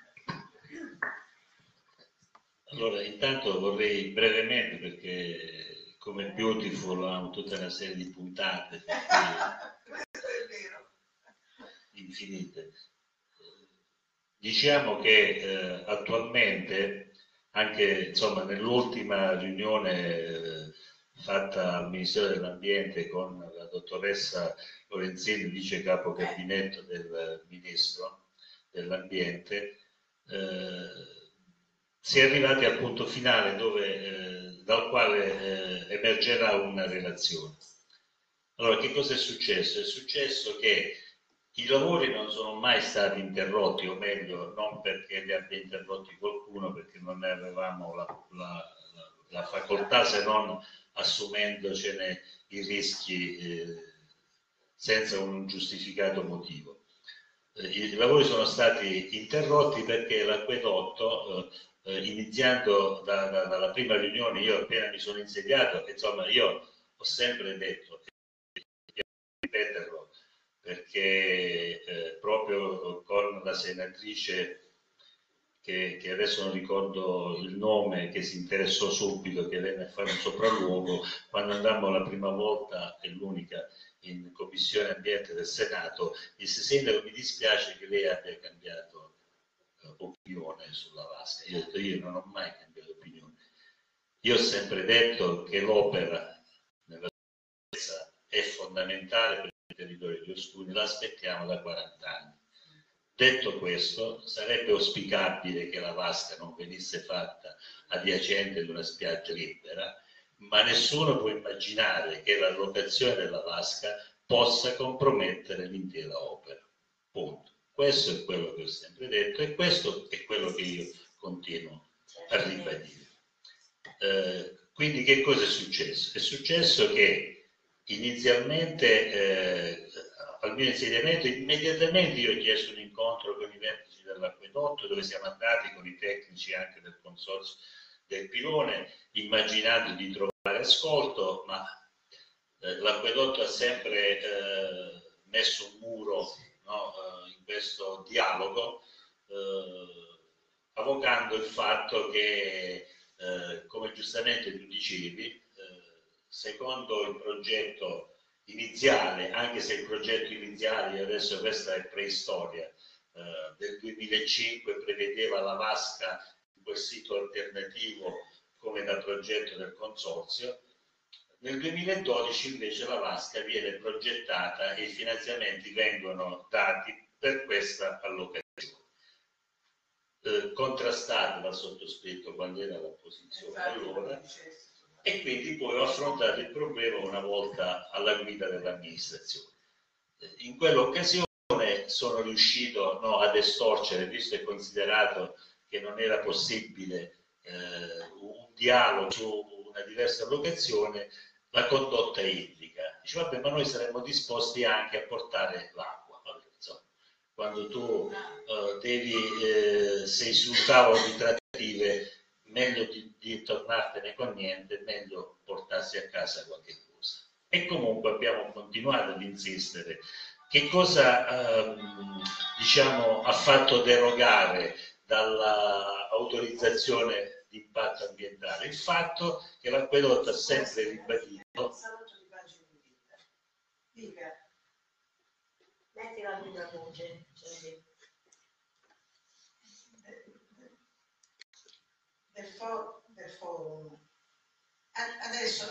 Allora, intanto vorrei brevemente, perché come Beautiful ha tutta una serie di puntate infinite. Diciamo che attualmente, anche insomma, nell'ultima riunione fatta al Ministero dell'Ambiente con la dottoressa Lorenzini, vice capo gabinetto del Ministro dell'Ambiente, si è arrivati al punto finale dal quale emergerà una relazione. Allora, che cosa è successo? È successo che i lavori non sono mai stati interrotti, o meglio, non perché li abbia interrotti qualcuno, perché non ne avevamo la facoltà, se non assumendocene i rischi senza un giustificato motivo. I lavori sono stati interrotti perché l'acquedotto, iniziando dalla prima riunione, io appena mi sono insediato, insomma, io ho sempre detto, e ripeterlo, perché proprio con la senatrice che adesso non ricordo il nome, che si interessò subito, che venne a fare un sopralluogo, quando andammo la prima volta e l'unica in Commissione Ambiente del Senato, disse: sindaco, mi dispiace che lei abbia cambiato opinione sulla vasca. Io ho detto: io non ho mai cambiato opinione. Io ho sempre detto che l'opera nella sicurezza è fondamentale per il territorio di Ostuni, la aspettiamo da 40 anni. Detto questo, sarebbe auspicabile che la vasca non venisse fatta adiacente ad una spiaggia libera, ma nessuno può immaginare che l'allocazione della vasca possa compromettere l'intera opera. Punto. Questo è quello che ho sempre detto e questo è quello che io continuo a ribadire. Quindi che cosa è successo? È successo che inizialmente al mio insediamento immediatamente io ho chiesto un incontro con i vertici dell'acquedotto, dove siamo andati con i tecnici anche del consorzio del pilone, immaginando di trovare ascolto, ma l'acquedotto ha sempre messo un muro, no, in questo dialogo, avvocando il fatto che, come giustamente tu dicevi, secondo il progetto iniziale, anche se il progetto iniziale, adesso questa è preistoria, del 2005 prevedeva la vasca in quel sito alternativo come da progetto del consorzio. Nel 2012 invece la vasca viene progettata e i finanziamenti vengono dati per questa allocazione. Contrastata dal sottoscritto quando era all'opposizione allora, e quindi poi ho affrontato il problema una volta alla guida dell'amministrazione. In quell'occasione sono riuscito ad estorcere, visto e considerato che non era possibile un dialogo su una diversa allocazione, la condotta idrica. Dice: vabbè, ma noi saremmo disposti anche a portare l'acqua. Vabbè, insomma, quando tu sei sul tavolo di trattative, meglio di tornartene con niente, meglio portarsi a casa qualche cosa. E comunque abbiamo continuato ad insistere. Che cosa diciamo, ha fatto derogare dall'autorizzazione di impatto ambientale? Il fatto che l'acquedotto ha sempre ribadito. Metti la tua voce. Del forum. Adesso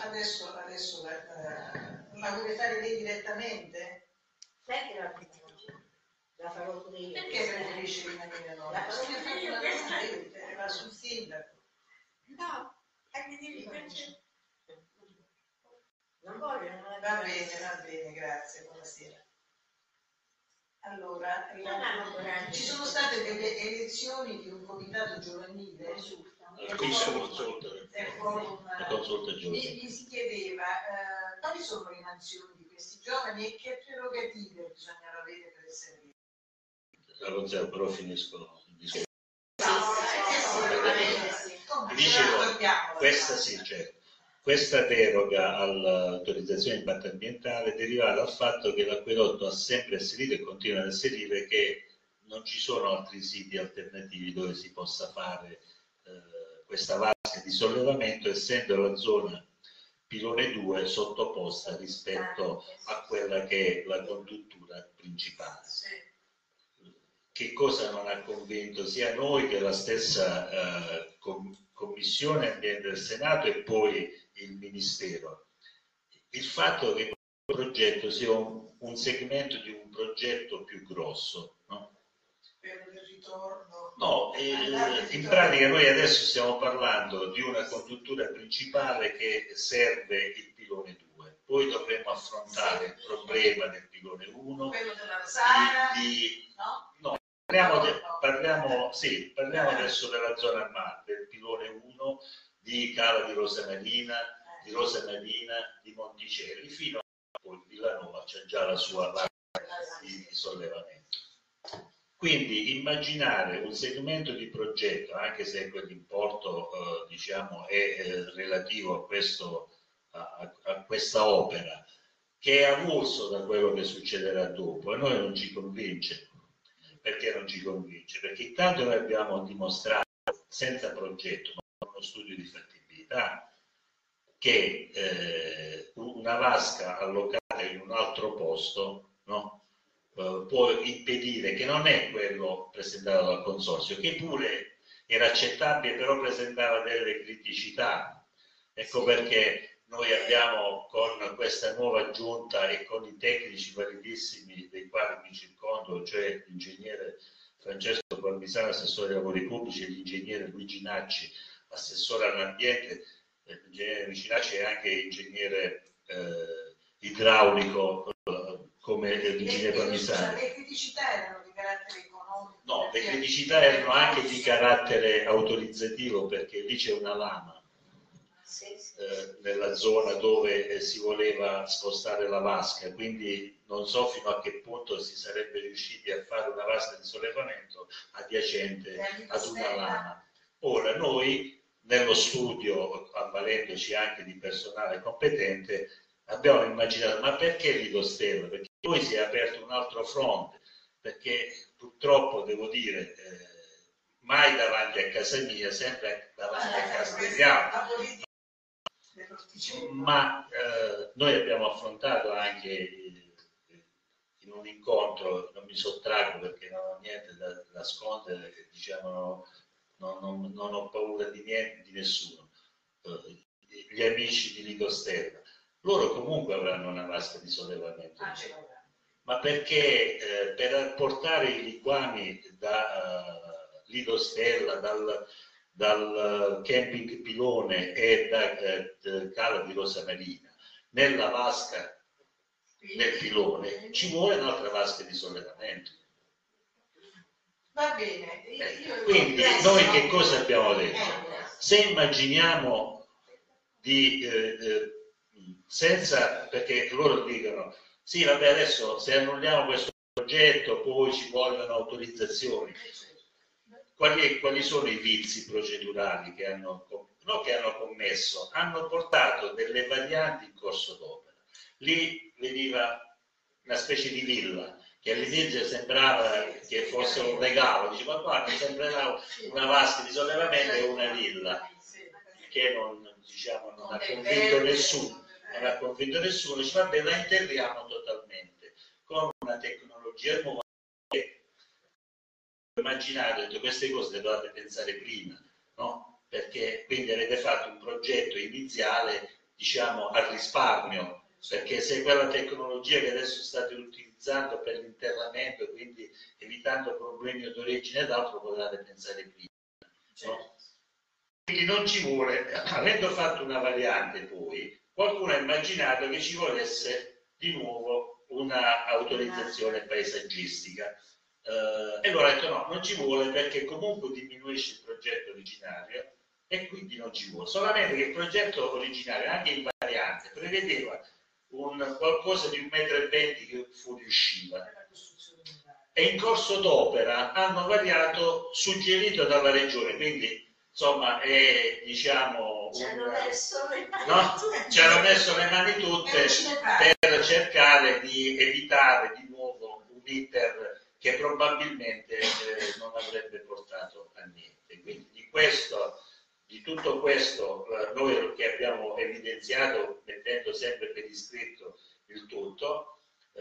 la vuole fare lei direttamente? Metti la tua voce. La farò pure io. Perché preferisci rimanere noi? La farò pure io. Va sul sindaco. No, anche di invece. Non voglio. Va bene, grazie, buonasera. Allora, ci sono state delle elezioni di un comitato giovanile la consulta giovane. Mi si chiedeva quali sono le mansioni di questi giovani e che prerogative bisogna avere per essere lì. Però finisco il discorso. Questa deroga all'autorizzazione di impatto ambientale deriva dal fatto che l'acquedotto ha sempre asserito e continua ad asserire che non ci sono altri siti alternativi dove si possa fare questa vasca di sollevamento, essendo la zona pilone 2 sottoposta rispetto a quella che è la conduttura principale. Che cosa non ha convinto sia noi che la stessa Commissione Ambiente del Senato e poi il Ministero? Il fatto che questo progetto sia un segmento di un progetto più grosso, no? Per il ritorno. No, in pratica noi adesso stiamo parlando di una conduttura principale che serve il pilone 2, poi dovremo affrontare il problema del pilone 1, quello della Sara, no, parliamo adesso della zona mare, del pilone 1, di Cala di Rosamarina, di Monticelli, fino a poi Villanova c'è già la sua vasca di sollevamento. Quindi immaginare un segmento di progetto, anche se quell'importo diciamo è relativo a questa opera, che è avulso da quello che succederà dopo, e noi non ci convince. Perché non ci convince? Perché intanto noi abbiamo dimostrato senza progetto, ma con uno studio di fattibilità, che una vasca allocata in un altro posto, no? Può impedire, che non è quello presentato dal consorzio, che pure era accettabile, però presentava delle criticità. Ecco perché noi abbiamo, con questa nuova giunta e con i tecnici validissimi dei quali mi circondo, cioè l'ingegnere Francesco Palmisano, assessore ai lavori pubblici, e l'ingegnere Luigi Nacci, assessore all'ambiente. L'ingegnere Luigi Nacci è anche ingegnere idraulico, come l'ingegnere Palmisano. Le criticità erano di carattere economico? No, le criticità erano anche di carattere autorizzativo, perché lì c'è una lama nella zona dove si voleva spostare la vasca, quindi non so fino a che punto si sarebbe riusciti a fare una vasca di sollevamento adiacente ad una lama. Ora noi, nello studio, avvalendoci anche di personale competente, abbiamo immaginato, ma perché Lidostella? Perché poi si è aperto un altro fronte, perché purtroppo devo dire, mai davanti a casa mia, sempre davanti a casa degli altri. Ma noi abbiamo affrontato anche in un incontro, non mi sottraggo perché non ho niente da nascondere, diciamo, non ho paura di niente, di nessuno, gli amici di Lidostella. Loro comunque avranno una vasca di sollevamento, ma perché per portare i liquami da Lidostella, dal camping Pilone e da Cala di Rosamarina nella vasca del Pilone, ci vuole un'altra vasca di sollevamento. Va bene. Quindi noi che cosa abbiamo detto? Se immaginiamo di senza, perché loro dicono sì vabbè, adesso se annulliamo questo progetto poi ci vogliono autorizzazioni. Quali sono i vizi procedurali che hanno commesso? Hanno portato delle varianti in corso d'opera. Lì veniva una specie di villa che all'inizio sembrava che fosse un regalo, dice ma qua mi sembrava una vasca di sollevamento e una villa, che non ha convinto nessuno. Non ha convinto nessuno, dice vabbè, la interriamo totalmente con una tecnologia nuova. Immaginate, queste cose le dovete pensare prima, no? Perché quindi avete fatto un progetto iniziale, diciamo, al risparmio, perché se quella tecnologia che adesso state utilizzando per l'interramento, quindi evitando problemi d'origine ed altro, potete pensare prima, no? Quindi non ci vuole, avendo fatto una variante poi, qualcuno ha immaginato che ci volesse di nuovo una autorizzazione paesaggistica. E allora ha detto no, non ci vuole perché comunque diminuisce il progetto originario, e quindi non ci vuole. Solamente che il progetto originario, anche in variante, prevedeva qualcosa di 1,20 m che fuoriusciva. E in corso d'opera hanno variato suggerito dalla regione, quindi insomma è, diciamo, ci hanno messo le mani tutte per cercare di evitare di nuovo un iter che probabilmente non avrebbe portato a niente. Quindi di tutto questo noi che abbiamo evidenziato, mettendo sempre per iscritto il tutto,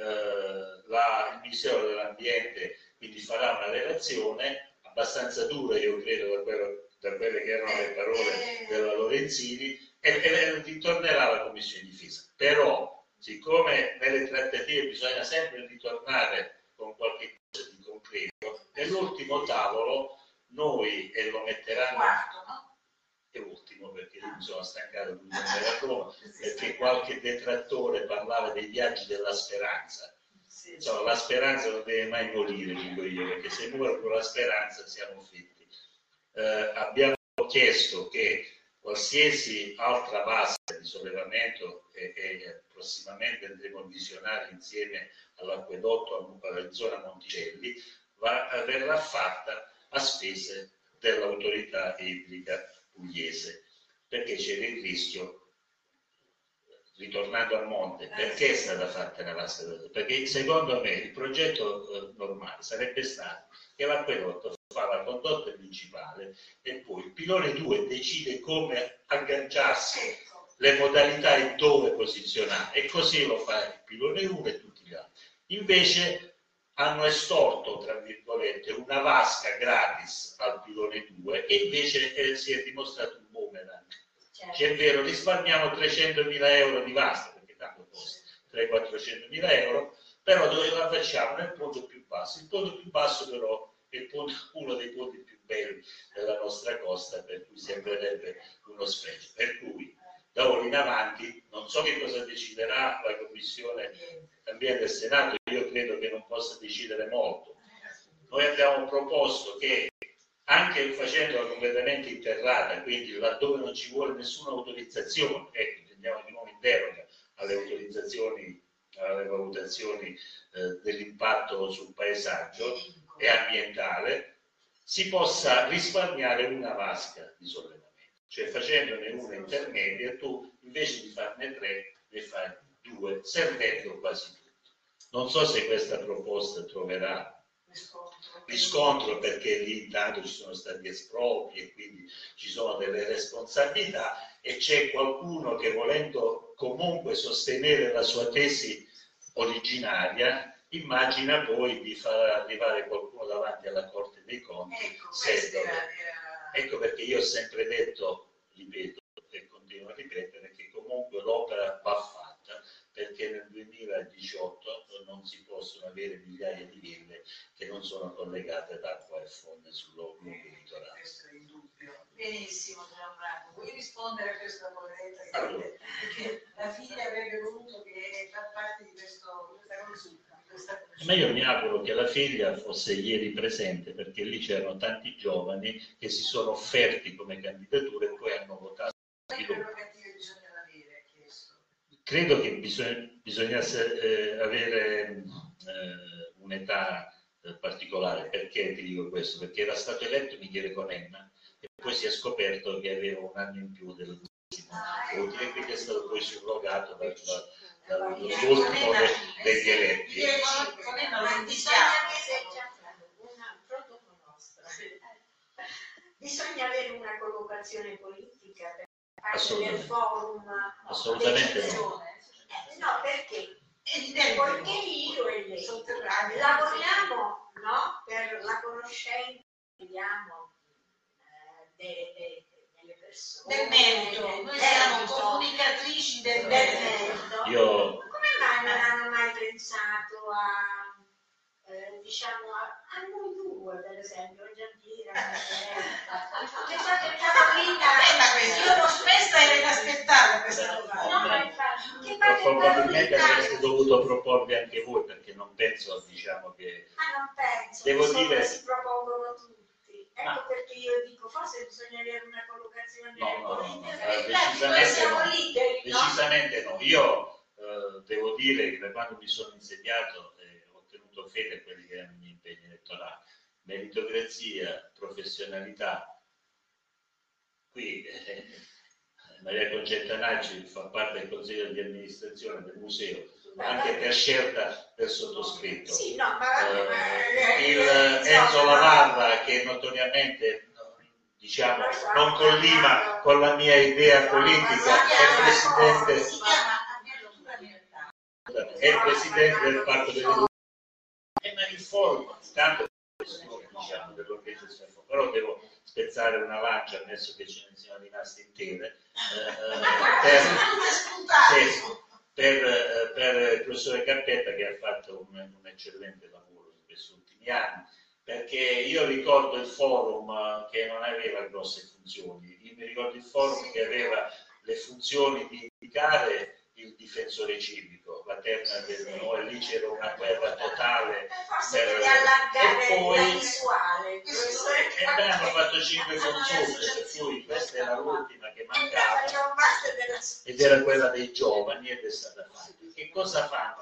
il Ministero dell'Ambiente quindi farà una relazione abbastanza dura, io credo, da quelle che erano le parole della Lorenzini, e ritornerà alla Commissione Difesa. Però, siccome nelle trattative bisogna sempre ritornare con qualche cosa di concreto, nell'ultimo tavolo noi, e lo metteranno... Quarto, no? È ultimo, perché io mi sono stancato di andare a Roma, perché qualche detrattore parlava dei viaggi della speranza. Insomma, la speranza non deve mai morire, dico io, perché se muore con la speranza siamo fitti. Abbiamo chiesto che qualsiasi altra vasca di sollevamento e prossimamente andremo a visionare insieme all'acquedotto in zona Monticelli, verrà fatta a spese dell'autorità idrica pugliese, perché c'era il rischio, ritornando a monte, perché è stata fatta una vasca? Perché secondo me il progetto normale sarebbe stato che l'acquedotto fa la condotta principale e poi il pilone 2 decide come agganciarsi, le modalità e dove posizionare, e così lo fa il pilone 1 e tutti gli altri. Invece hanno estorto, tra virgolette, una vasca gratis al pilone 2 e invece si è dimostrato un boomerang. Cioè, è vero, risparmiamo 300.000 euro di vasca, perché tanto costa 300.000-400.000 euro, però dove la facciamo? Nel punto più basso. Il punto più basso però è uno dei punti più belli della nostra costa, per cui sembrerebbe uno specie. Per cui da ora in avanti non so che cosa deciderà la Commissione Ambiente del Senato, io credo che non possa decidere molto. Noi abbiamo proposto che anche facendola completamente interrata, quindi laddove non ci vuole nessuna autorizzazione, ecco, andiamo di nuovo in deroga alle autorizzazioni, alle valutazioni dell'impatto sul paesaggio e ambientale, si possa risparmiare una vasca di sollevamento. Cioè facendone una intermedia, tu invece di farne 3 ne fai 2, servendo quasi tutto. Non so se questa proposta troverà riscontro, perché lì intanto ci sono stati espropri e quindi ci sono delle responsabilità, e c'è qualcuno che, volendo comunque sostenere la sua tesi originaria, immagina poi di far arrivare qualcuno davanti alla Corte dei Conti. Ecco perché io ho sempre detto, ripeto e continuo a ripetere, che comunque l'opera va fatta, perché nel 2018 non si possono avere migliaia di ville che non sono collegate ad acqua e fonte sul lungo litorale. Questo è indubbio. Benissimo, Gianfranco. Vuoi rispondere a questa poveretta? Allora. Perché la figlia avrebbe voluto che fa parte di questa consulta. Ma io mi auguro che la figlia fosse ieri presente, perché lì c'erano tanti giovani che si sono offerti come candidature e poi hanno votato. Che prerogative bisogna avere, chiesto? Credo che bisognasse avere un'età particolare. Perché ti dico questo? Perché era stato eletto Michele Conenna e poi si è scoperto che aveva un anno in più del massimo utile, e quindi è stato poi surrogato dall'ultimo degli eletti. Bisogna avere una collocazione politica per parte del Assolutamente. forum. Assolutamente no. No, perché? Perché io e lei lavoriamo, no, per la conoscenza, vediamo, delle persone. Del merito, noi siamo comunicatrici del merito. Come mai non hanno mai pensato a, diciamo, a noi due, per esempio, a Gianpira, Io l'ho spessa e inaspettata questa domanda. Probabilmente avreste dovuto proporvi anche voi, perché non penso, diciamo, che... non penso, devo dire... si propongono tutti. Ecco perché io dico, forse bisogna avere una collocazione No, decisamente no. Io devo dire che da quando mi sono insediato ho tenuto fede a quelli che erano i miei impegni elettorali. Meritocrazia, professionalità. Qui Maria Concetta Nacci fa parte del consiglio di amministrazione del museo, anche per scelta del sottoscritto. Sì, no, Enzo Lavarra, che notoriamente diciamo non collima con la mia idea politica, è il presidente del Parco delle Luci, e mi informa tanto diciamo dell'organizzazione, però devo spezzare una lancia, ammesso che ce ne siano rimaste intere, per il professore Cappetta, che ha fatto un eccellente lavoro in questi ultimi anni, perché io ricordo il forum che non aveva grosse funzioni, io mi ricordo il forum che aveva le funzioni di indicare il difensore civico, la terna del noi, lì c'era una guerra totale. E poi hanno fatto 5 consulte, per cui questa era l'ultima che mancava ed era quella dei giovani ed è stata fatta. Che cosa fanno?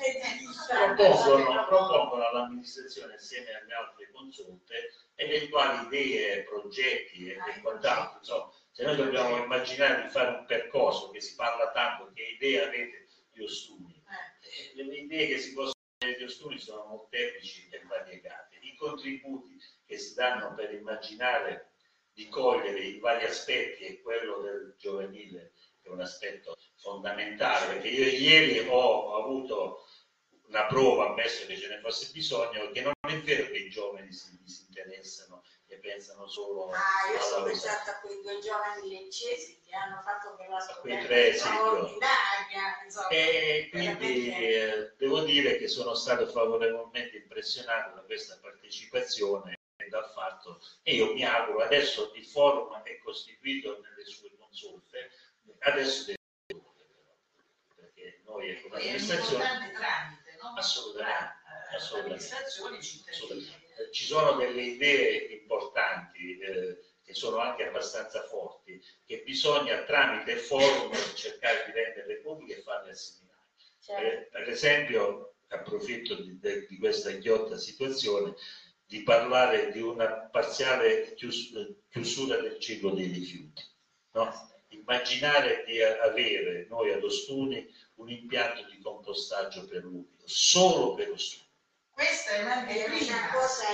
Propongono all'amministrazione assieme alle altre consulte eventuali idee, progetti e quant'altro. Insomma, se noi dobbiamo immaginare di fare un percorso, che si parla tanto, che idee avete di Ostuni, le idee che si possono avere di Ostuni sono molteplici e variegate. I contributi che si danno per immaginare di cogliere i vari aspetti, e quello del giovanile è un aspetto fondamentale, perché io ieri ho avuto una prova, ammesso che ce ne fosse bisogno, che non è vero che i giovani si disinteressano e pensano solo io sono pensata a quei 2 giovani leccesi che hanno fatto quella scoperta straordinaria, e quindi devo dire che sono stato favorevolmente impressionato da questa partecipazione e dal fatto, e io mi auguro, adesso il forum è costituito nelle sue consulte, adesso perché noi come amministrazione assolutamente. Ci sono delle idee importanti che sono anche abbastanza forti, che bisogna tramite il forum cercare di renderle pubbliche e farle assimilare. Per esempio, approfitto di questa ghiotta situazione di parlare di una parziale chiusura del ciclo dei rifiuti, no? Immaginare di avere noi ad Ostuni un impianto di compostaggio per l'umido, solo per Ostuni. Questa è una cosa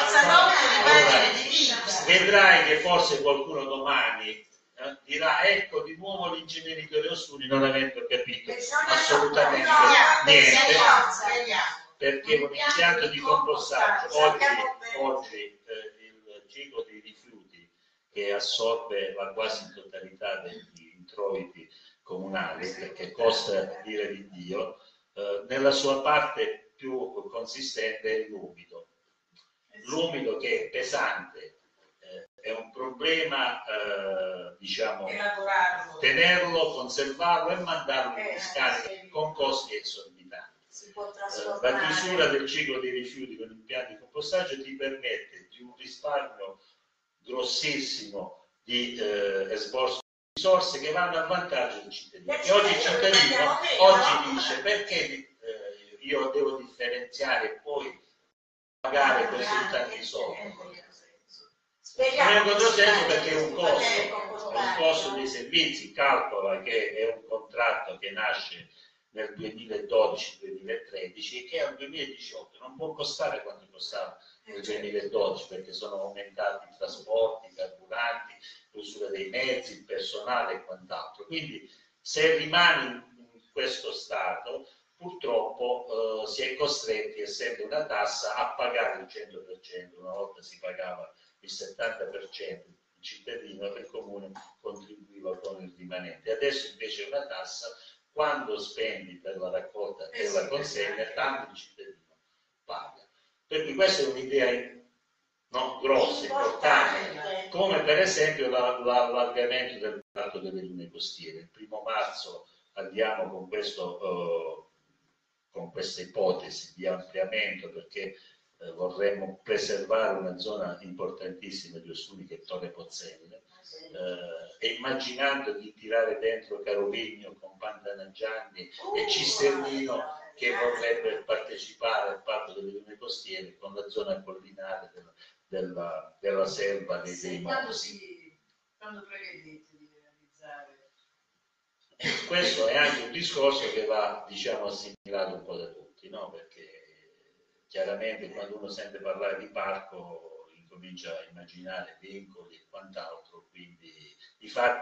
vedrai che forse qualcuno domani dirà ecco di nuovo l'inceneritore Ostuni, non avendo capito assolutamente niente, perché un impianto di compostaggio oggi il ciclo dei rifiuti, che assorbe la quasi totalità degli introiti comunali, perché costa dire di Dio, nella sua parte più consistente è l'umido. L'umido che è pesante, è un problema, diciamo, tenerlo, conservarlo e mandarlo in discarica con costi esorbitanti. La chiusura del ciclo dei rifiuti con impianti di compostaggio ti permette di un risparmio grossissimo di esborso di risorse che vanno a vantaggio del cittadino. E oggi il cittadino dice perché io devo differenziare e poi pagare così tanti soldi. Non è un controsenso, perché è un costo dei servizi. Calcola che è un contratto che nasce nel 2012-2013 e che al 2018 non può costare quanto costava nel 2012, perché sono aumentati i trasporti, i carburanti, l'usura dei mezzi, il personale e quant'altro. Quindi se rimani in questo stato, purtroppo si è costretti, essendo una tassa, a pagare il 100%. Una volta si pagava il 70%, il cittadino e il comune contribuiva con il rimanente. Adesso invece è una tassa, quando spendi per la raccolta e la consegna, tanto il cittadino paga. Per cui questa è un'idea grossa, importante, come per esempio l'allargamento del Parco delle Dune Costiere. Il 1° marzo andiamo con questa ipotesi di ampliamento, perché vorremmo preservare una zona importantissima di Ostuni che è Torre Pozzelle, e immaginando di tirare dentro Carovigno con Pantanaggianni e Cisternino, che vorrebbe partecipare al Parco delle Dune Costiere con la zona collinare della selva dei Monti. Quando prevedete di realizzare? Questo è anche un discorso che va, diciamo, assimilato un po' da tutti, no? Perché chiaramente quando uno sente parlare di parco incomincia a immaginare vincoli e quant'altro, quindi i fatti...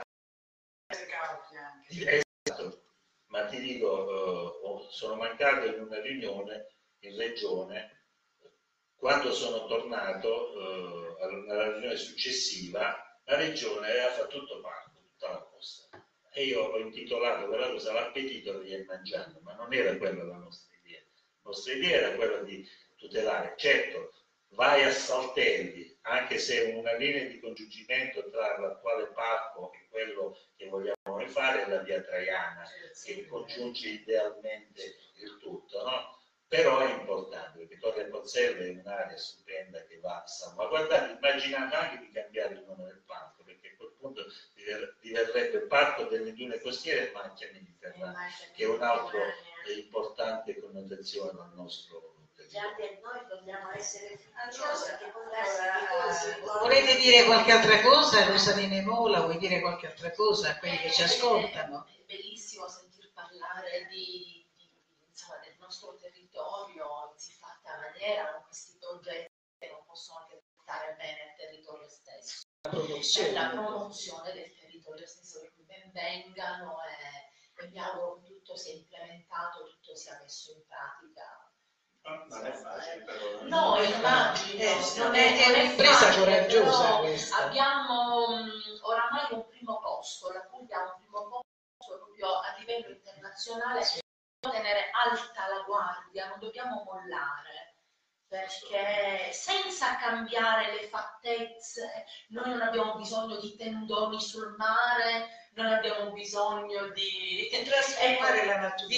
Esatto, ma ti dico, sono mancato in una riunione in regione, quando sono tornato alla riunione successiva, la regione aveva fatto tutto parco, tutta la costa, e io ho intitolato quella cosa l'appetito che viene mangiando, ma non era quella la nostra idea. La nostra idea era quella di tutelare. Certo, vai a Saltelli, anche se una linea di congiungimento tra l'attuale parco e quello che vogliamo fare è la via Traiana, che congiunge idealmente il tutto, no? Però è importante, perché Torre Pozzelle è un'area stupenda che va salvaguardata, immaginando anche di cambiare il nome del parco, perché a quel punto diverrebbe Parco delle Dune Costiere e Macchia Mediterranea, che è un'altra importante connotazione del nostro territorio. Già per noi dobbiamo essere fiduciosi che può darsi di cose. Volete dire qualche altra cosa, Rosalina e Mola? Vuoi dire qualche altra cosa a quelli che ci ascoltano? È bellissimo sentir parlare insomma, del nostro territorio in siffatta maniera, con questi progetti che non possono che portare bene al territorio stesso. La promozione del territorio stesso, per cui ben vengano e mi auguro che tutto sia implementato, tutto sia messo in pratica. Non è facile, però. No, immagino, non è un'impresa coraggiosa però questa. abbiamo oramai un primo posto, la Puglia ha un primo posto proprio a livello internazionale, dobbiamo tenere alta la guardia, non dobbiamo mollare, perché senza cambiare le fattezze noi non abbiamo bisogno di tendoni sul mare, non abbiamo bisogno di trasformare la natura,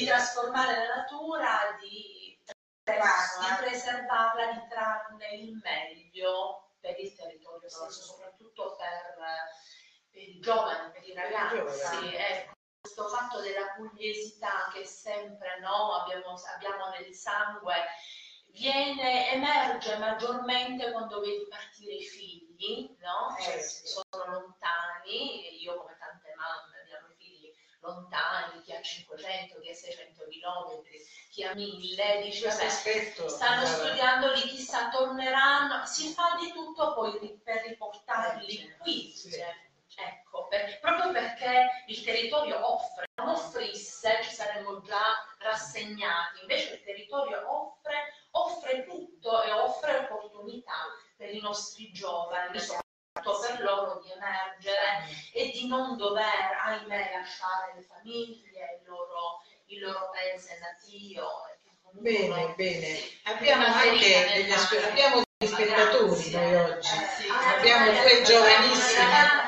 di preservarla, di trarne il meglio per il territorio stesso, soprattutto per i giovani, per i ragazzi. Questo fatto della pugliesità che sempre abbiamo nel sangue emerge maggiormente quando vedi partire i figli, no? Sono lontani, io come tante mamme abbiamo i figli lontani, chi a 500, chi a 600 km, chi a 1000, dice vabbè, stanno studiando lì, chissà torneranno, si fa di tutto poi per riportarli qui. Ecco, proprio perché il territorio offre, non offrisse ci saremmo già rassegnati, invece il territorio offre tutto e offre opportunità per i nostri giovani, soprattutto per loro di emergere e di non dover, ahimè, lasciare le famiglie, il loro paese natio. Bene, bene. Abbiamo anche degli spettatori noi oggi. Abbiamo due giovanissimi.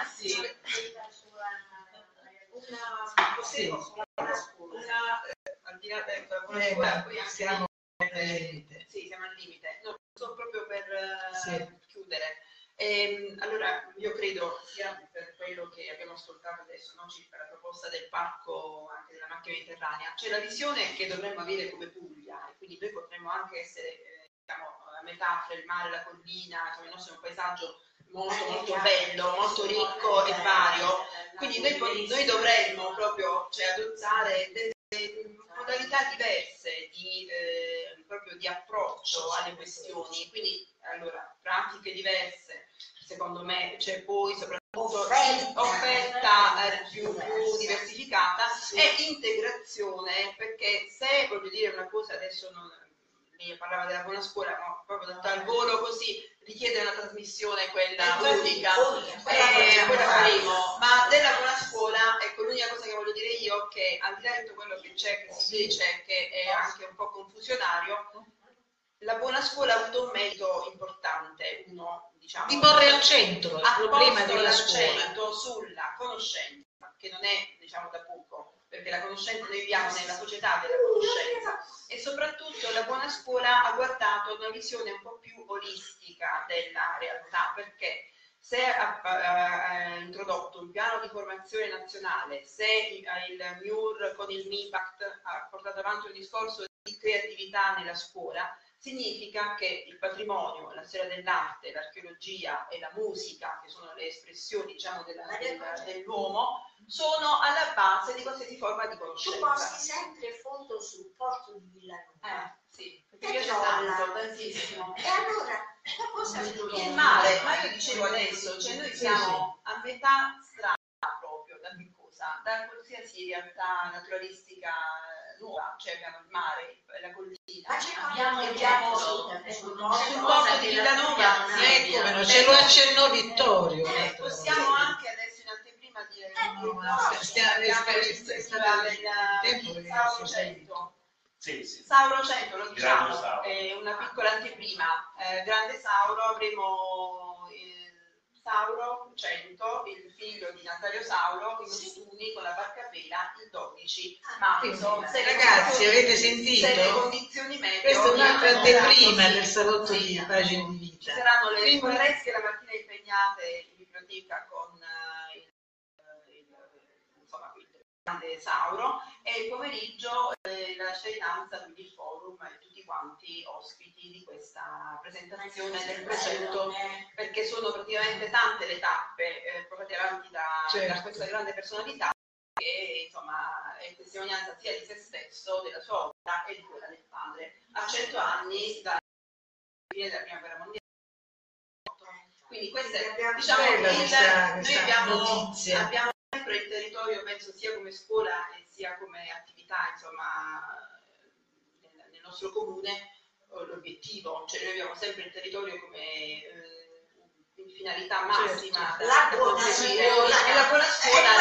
Al di là siamo al limite. No, solo proprio per chiudere. Allora, io credo, sia per quello che abbiamo ascoltato adesso, no, circa la proposta del parco anche della macchia mediterranea, c'è la visione che dovremmo avere come Puglia, e quindi noi potremmo anche essere diciamo, a metà fra il mare e la collina, insomma, il nostro è un paesaggio molto molto bello, molto ricco e vario, quindi noi dovremmo proprio adottare delle modalità diverse proprio di approccio alle questioni, quindi allora pratiche diverse, secondo me c'è poi soprattutto offerta più diversificata e integrazione, perché se voglio dire una cosa adesso lei parlava della buona scuola, ma proprio dal volo così richiede una trasmissione quella unica, poi la faremo, ma della buona scuola, ecco, l'unica cosa che voglio dire io è che al di là di tutto quello che c'è, che si dice, che è anche un po' confusionario, la buona scuola ha avuto un merito importante, diciamo, di porre al centro il problema della scuola sulla conoscenza, che non è, diciamo, da poco, perché la conoscenza, noi viviamo nella società della conoscenza, e soprattutto la buona scuola ha guardato una visione un po' più olistica della realtà, perché se ha introdotto un piano di formazione nazionale, se il MIUR con il MIPACT ha portato avanti un discorso di creatività nella scuola, significa che il patrimonio, la storia dell'arte, l'archeologia e la musica, che sono le espressioni, diciamo, dell'uomo, sono alla base di qualsiasi forma di conoscenza. Tu posti sempre fondo sul porto di Villanova. Sì, perché mi piace tanto, tantissimo. E allora, cosa il mare, ma io dicevo adesso, cioè noi siamo a metà strada proprio, da che cosa? Da qualsiasi realtà naturalistica nuova, cioè abbiamo il mare, la collina, abbiamo sul porto di Villanova, Ecco, ce lo accennò Vittorio. Possiamo anche adesso in anteprima dire Sauro 100, lo diciamo, una piccola anteprima, grande Sauro, avremo Sauro 100, il figlio di Natalio Sauro, in Ostuni con la barca a vela il 12 marzo. Ragazzi, avete sentito? Se le condizioni meteo, questa è un'altra anteprima del salotto di Pagine di Vita. Ci saranno le scuolesche la mattina impegnate in biblioteca con il grande Sauro, e il pomeriggio la cittadinanza, quindi il forum e tutti quanti ospiti di questa presentazione del progetto, perché sono praticamente tante le tappe portate avanti da questa grande personalità, che insomma è testimonianza sia di se stesso, della sua opera e di quella del padre. A 100 anni dalla fine della prima guerra mondiale. Quindi questa è, diciamo, noi abbiamo sempre il territorio, penso, sia come scuola e sia come attività, insomma, nel nostro comune, l'obiettivo, cioè noi abbiamo sempre il territorio come finalità massima, la buona scuola, e la buona scuola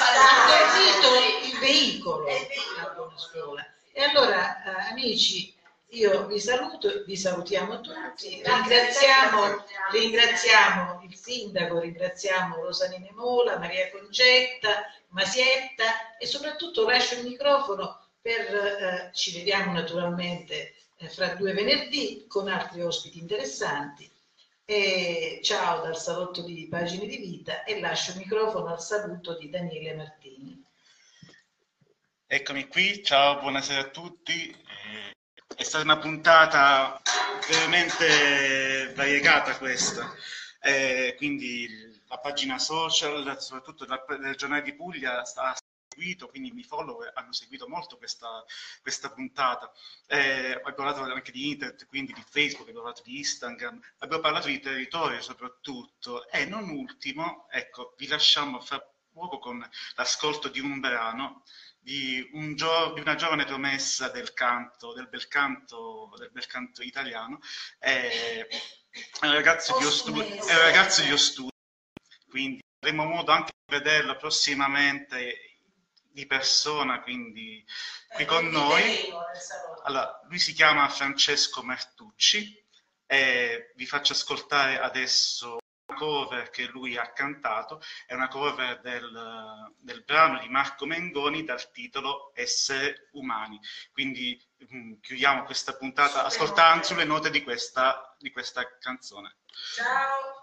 il veicolo, la buona scuola. E allora, amici, io vi saluto, vi salutiamo tutti, ringraziamo il sindaco, ringraziamo Rosanina Mola, Maria Concetta, Masietta, e soprattutto lascio il microfono per, ci vediamo naturalmente fra 2 venerdì con altri ospiti interessanti. E ciao dal salotto di Pagine di Vita, e lascio il microfono al saluto di Daniele Martini. Eccomi qui, ciao, buonasera a tutti. È stata una puntata veramente variegata questa, quindi la pagina social, soprattutto del Giornale di Puglia, ha seguito, quindi i miei follower hanno seguito molto questa puntata. Abbiamo parlato anche di internet, quindi di Facebook, abbiamo parlato di Instagram, abbiamo parlato di territorio soprattutto, e non ultimo, ecco, vi lasciamo fra poco con l'ascolto di un brano di una giovane promessa del bel canto italiano, è un ragazzo di Ostuni, quindi avremo modo anche di vederlo prossimamente di persona, quindi qui con noi. Allora, lui si chiama Francesco Martucci, e vi faccio ascoltare adesso una cover che lui ha cantato, è una cover del brano di Marco Mengoni dal titolo Essere Umani. Quindi chiudiamo questa puntata ascoltando sulle note di questa canzone. Ciao!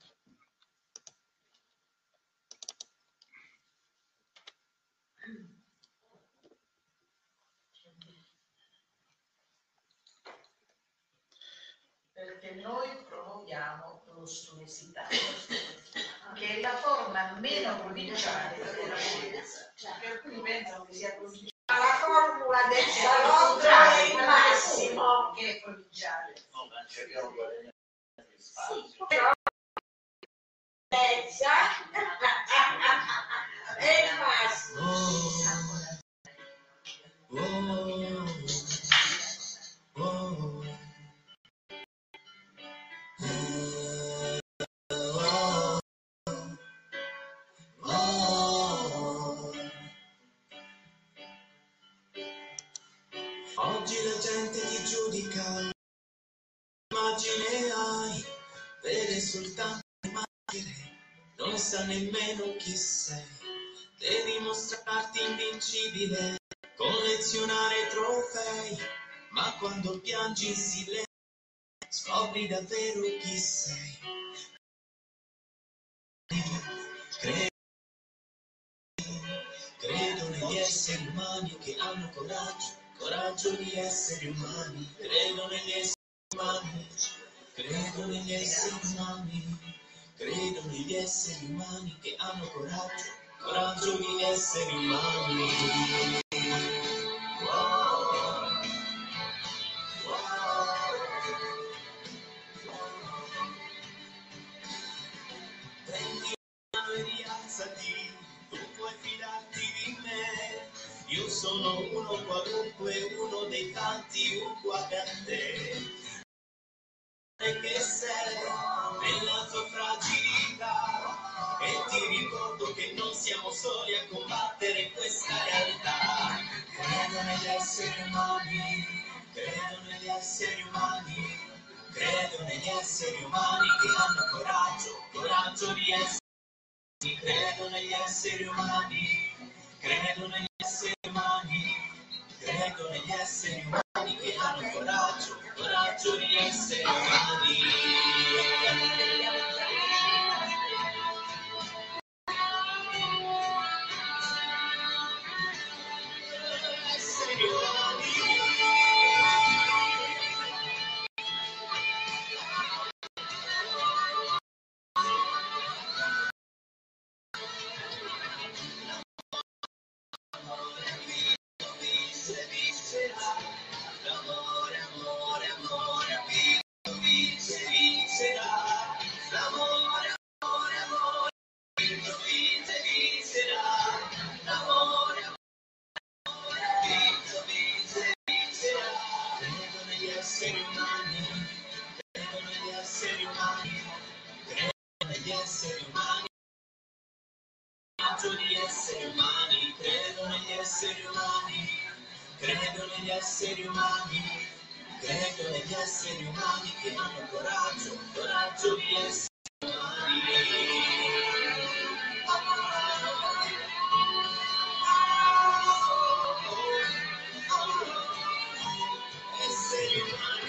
Perché noi promuoviamo l'ostunesità, che è la forma meno provinciale della scienza, che alcuni pensano che sia provinciale. La formula del salotto è il massimo. Che è provinciale. Sì, però è il massimo. Oggi la gente ti giudica, immagine hai, vede soltanto le maschere, non sa nemmeno chi sei. Devi mostrarti invincibile, collezionare trofei, ma quando piangi in silenzio scopri davvero chi sei. Credo negli esseri umani che hanno coraggio di essere umani. Credo negli esseri umani, credo negli esseri umani, credo negli esseri umani che hanno coraggio di essere umani. Prendi la mano e rialzati, tu puoi fidarti di me. Io sono uno qualunque, uno dei tanti uguali a te. E che sei nella tua fragilità, e ti ricordo che non siamo soli a combattere questa realtà. Credo negli esseri umani, credo negli esseri umani, credo negli esseri umani che hanno coraggio di essere. Credo negli esseri umani, credo negli esseri umani, credo negli esseri umani che hanno coraggio di essere umani. Esseri umani. L'amore, amore, amore, vincerà. L'amore, amore, amore, vincerà. L'amore, amore, vincerà. Credo negli esseri umani, credo negli esseri umani, credo negli esseri umani. Coraggio di essere umani, credo negli esseri umani, credo negli esseri umani, credo negli esseri umani che hanno coraggio di essere umani. Esseri umani.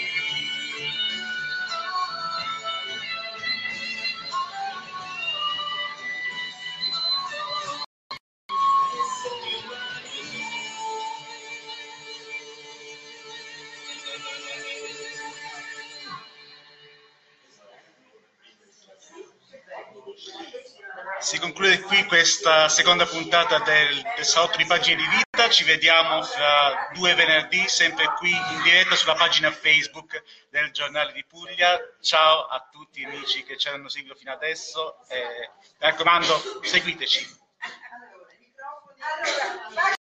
Si conclude qui questa seconda puntata del Salotto di Pagine di Vita. Ci vediamo fra 2 venerdì, sempre qui in diretta sulla pagina Facebook del Giornale di Puglia. Ciao a tutti amici che ci hanno seguito fino adesso. Mi raccomando, seguiteci.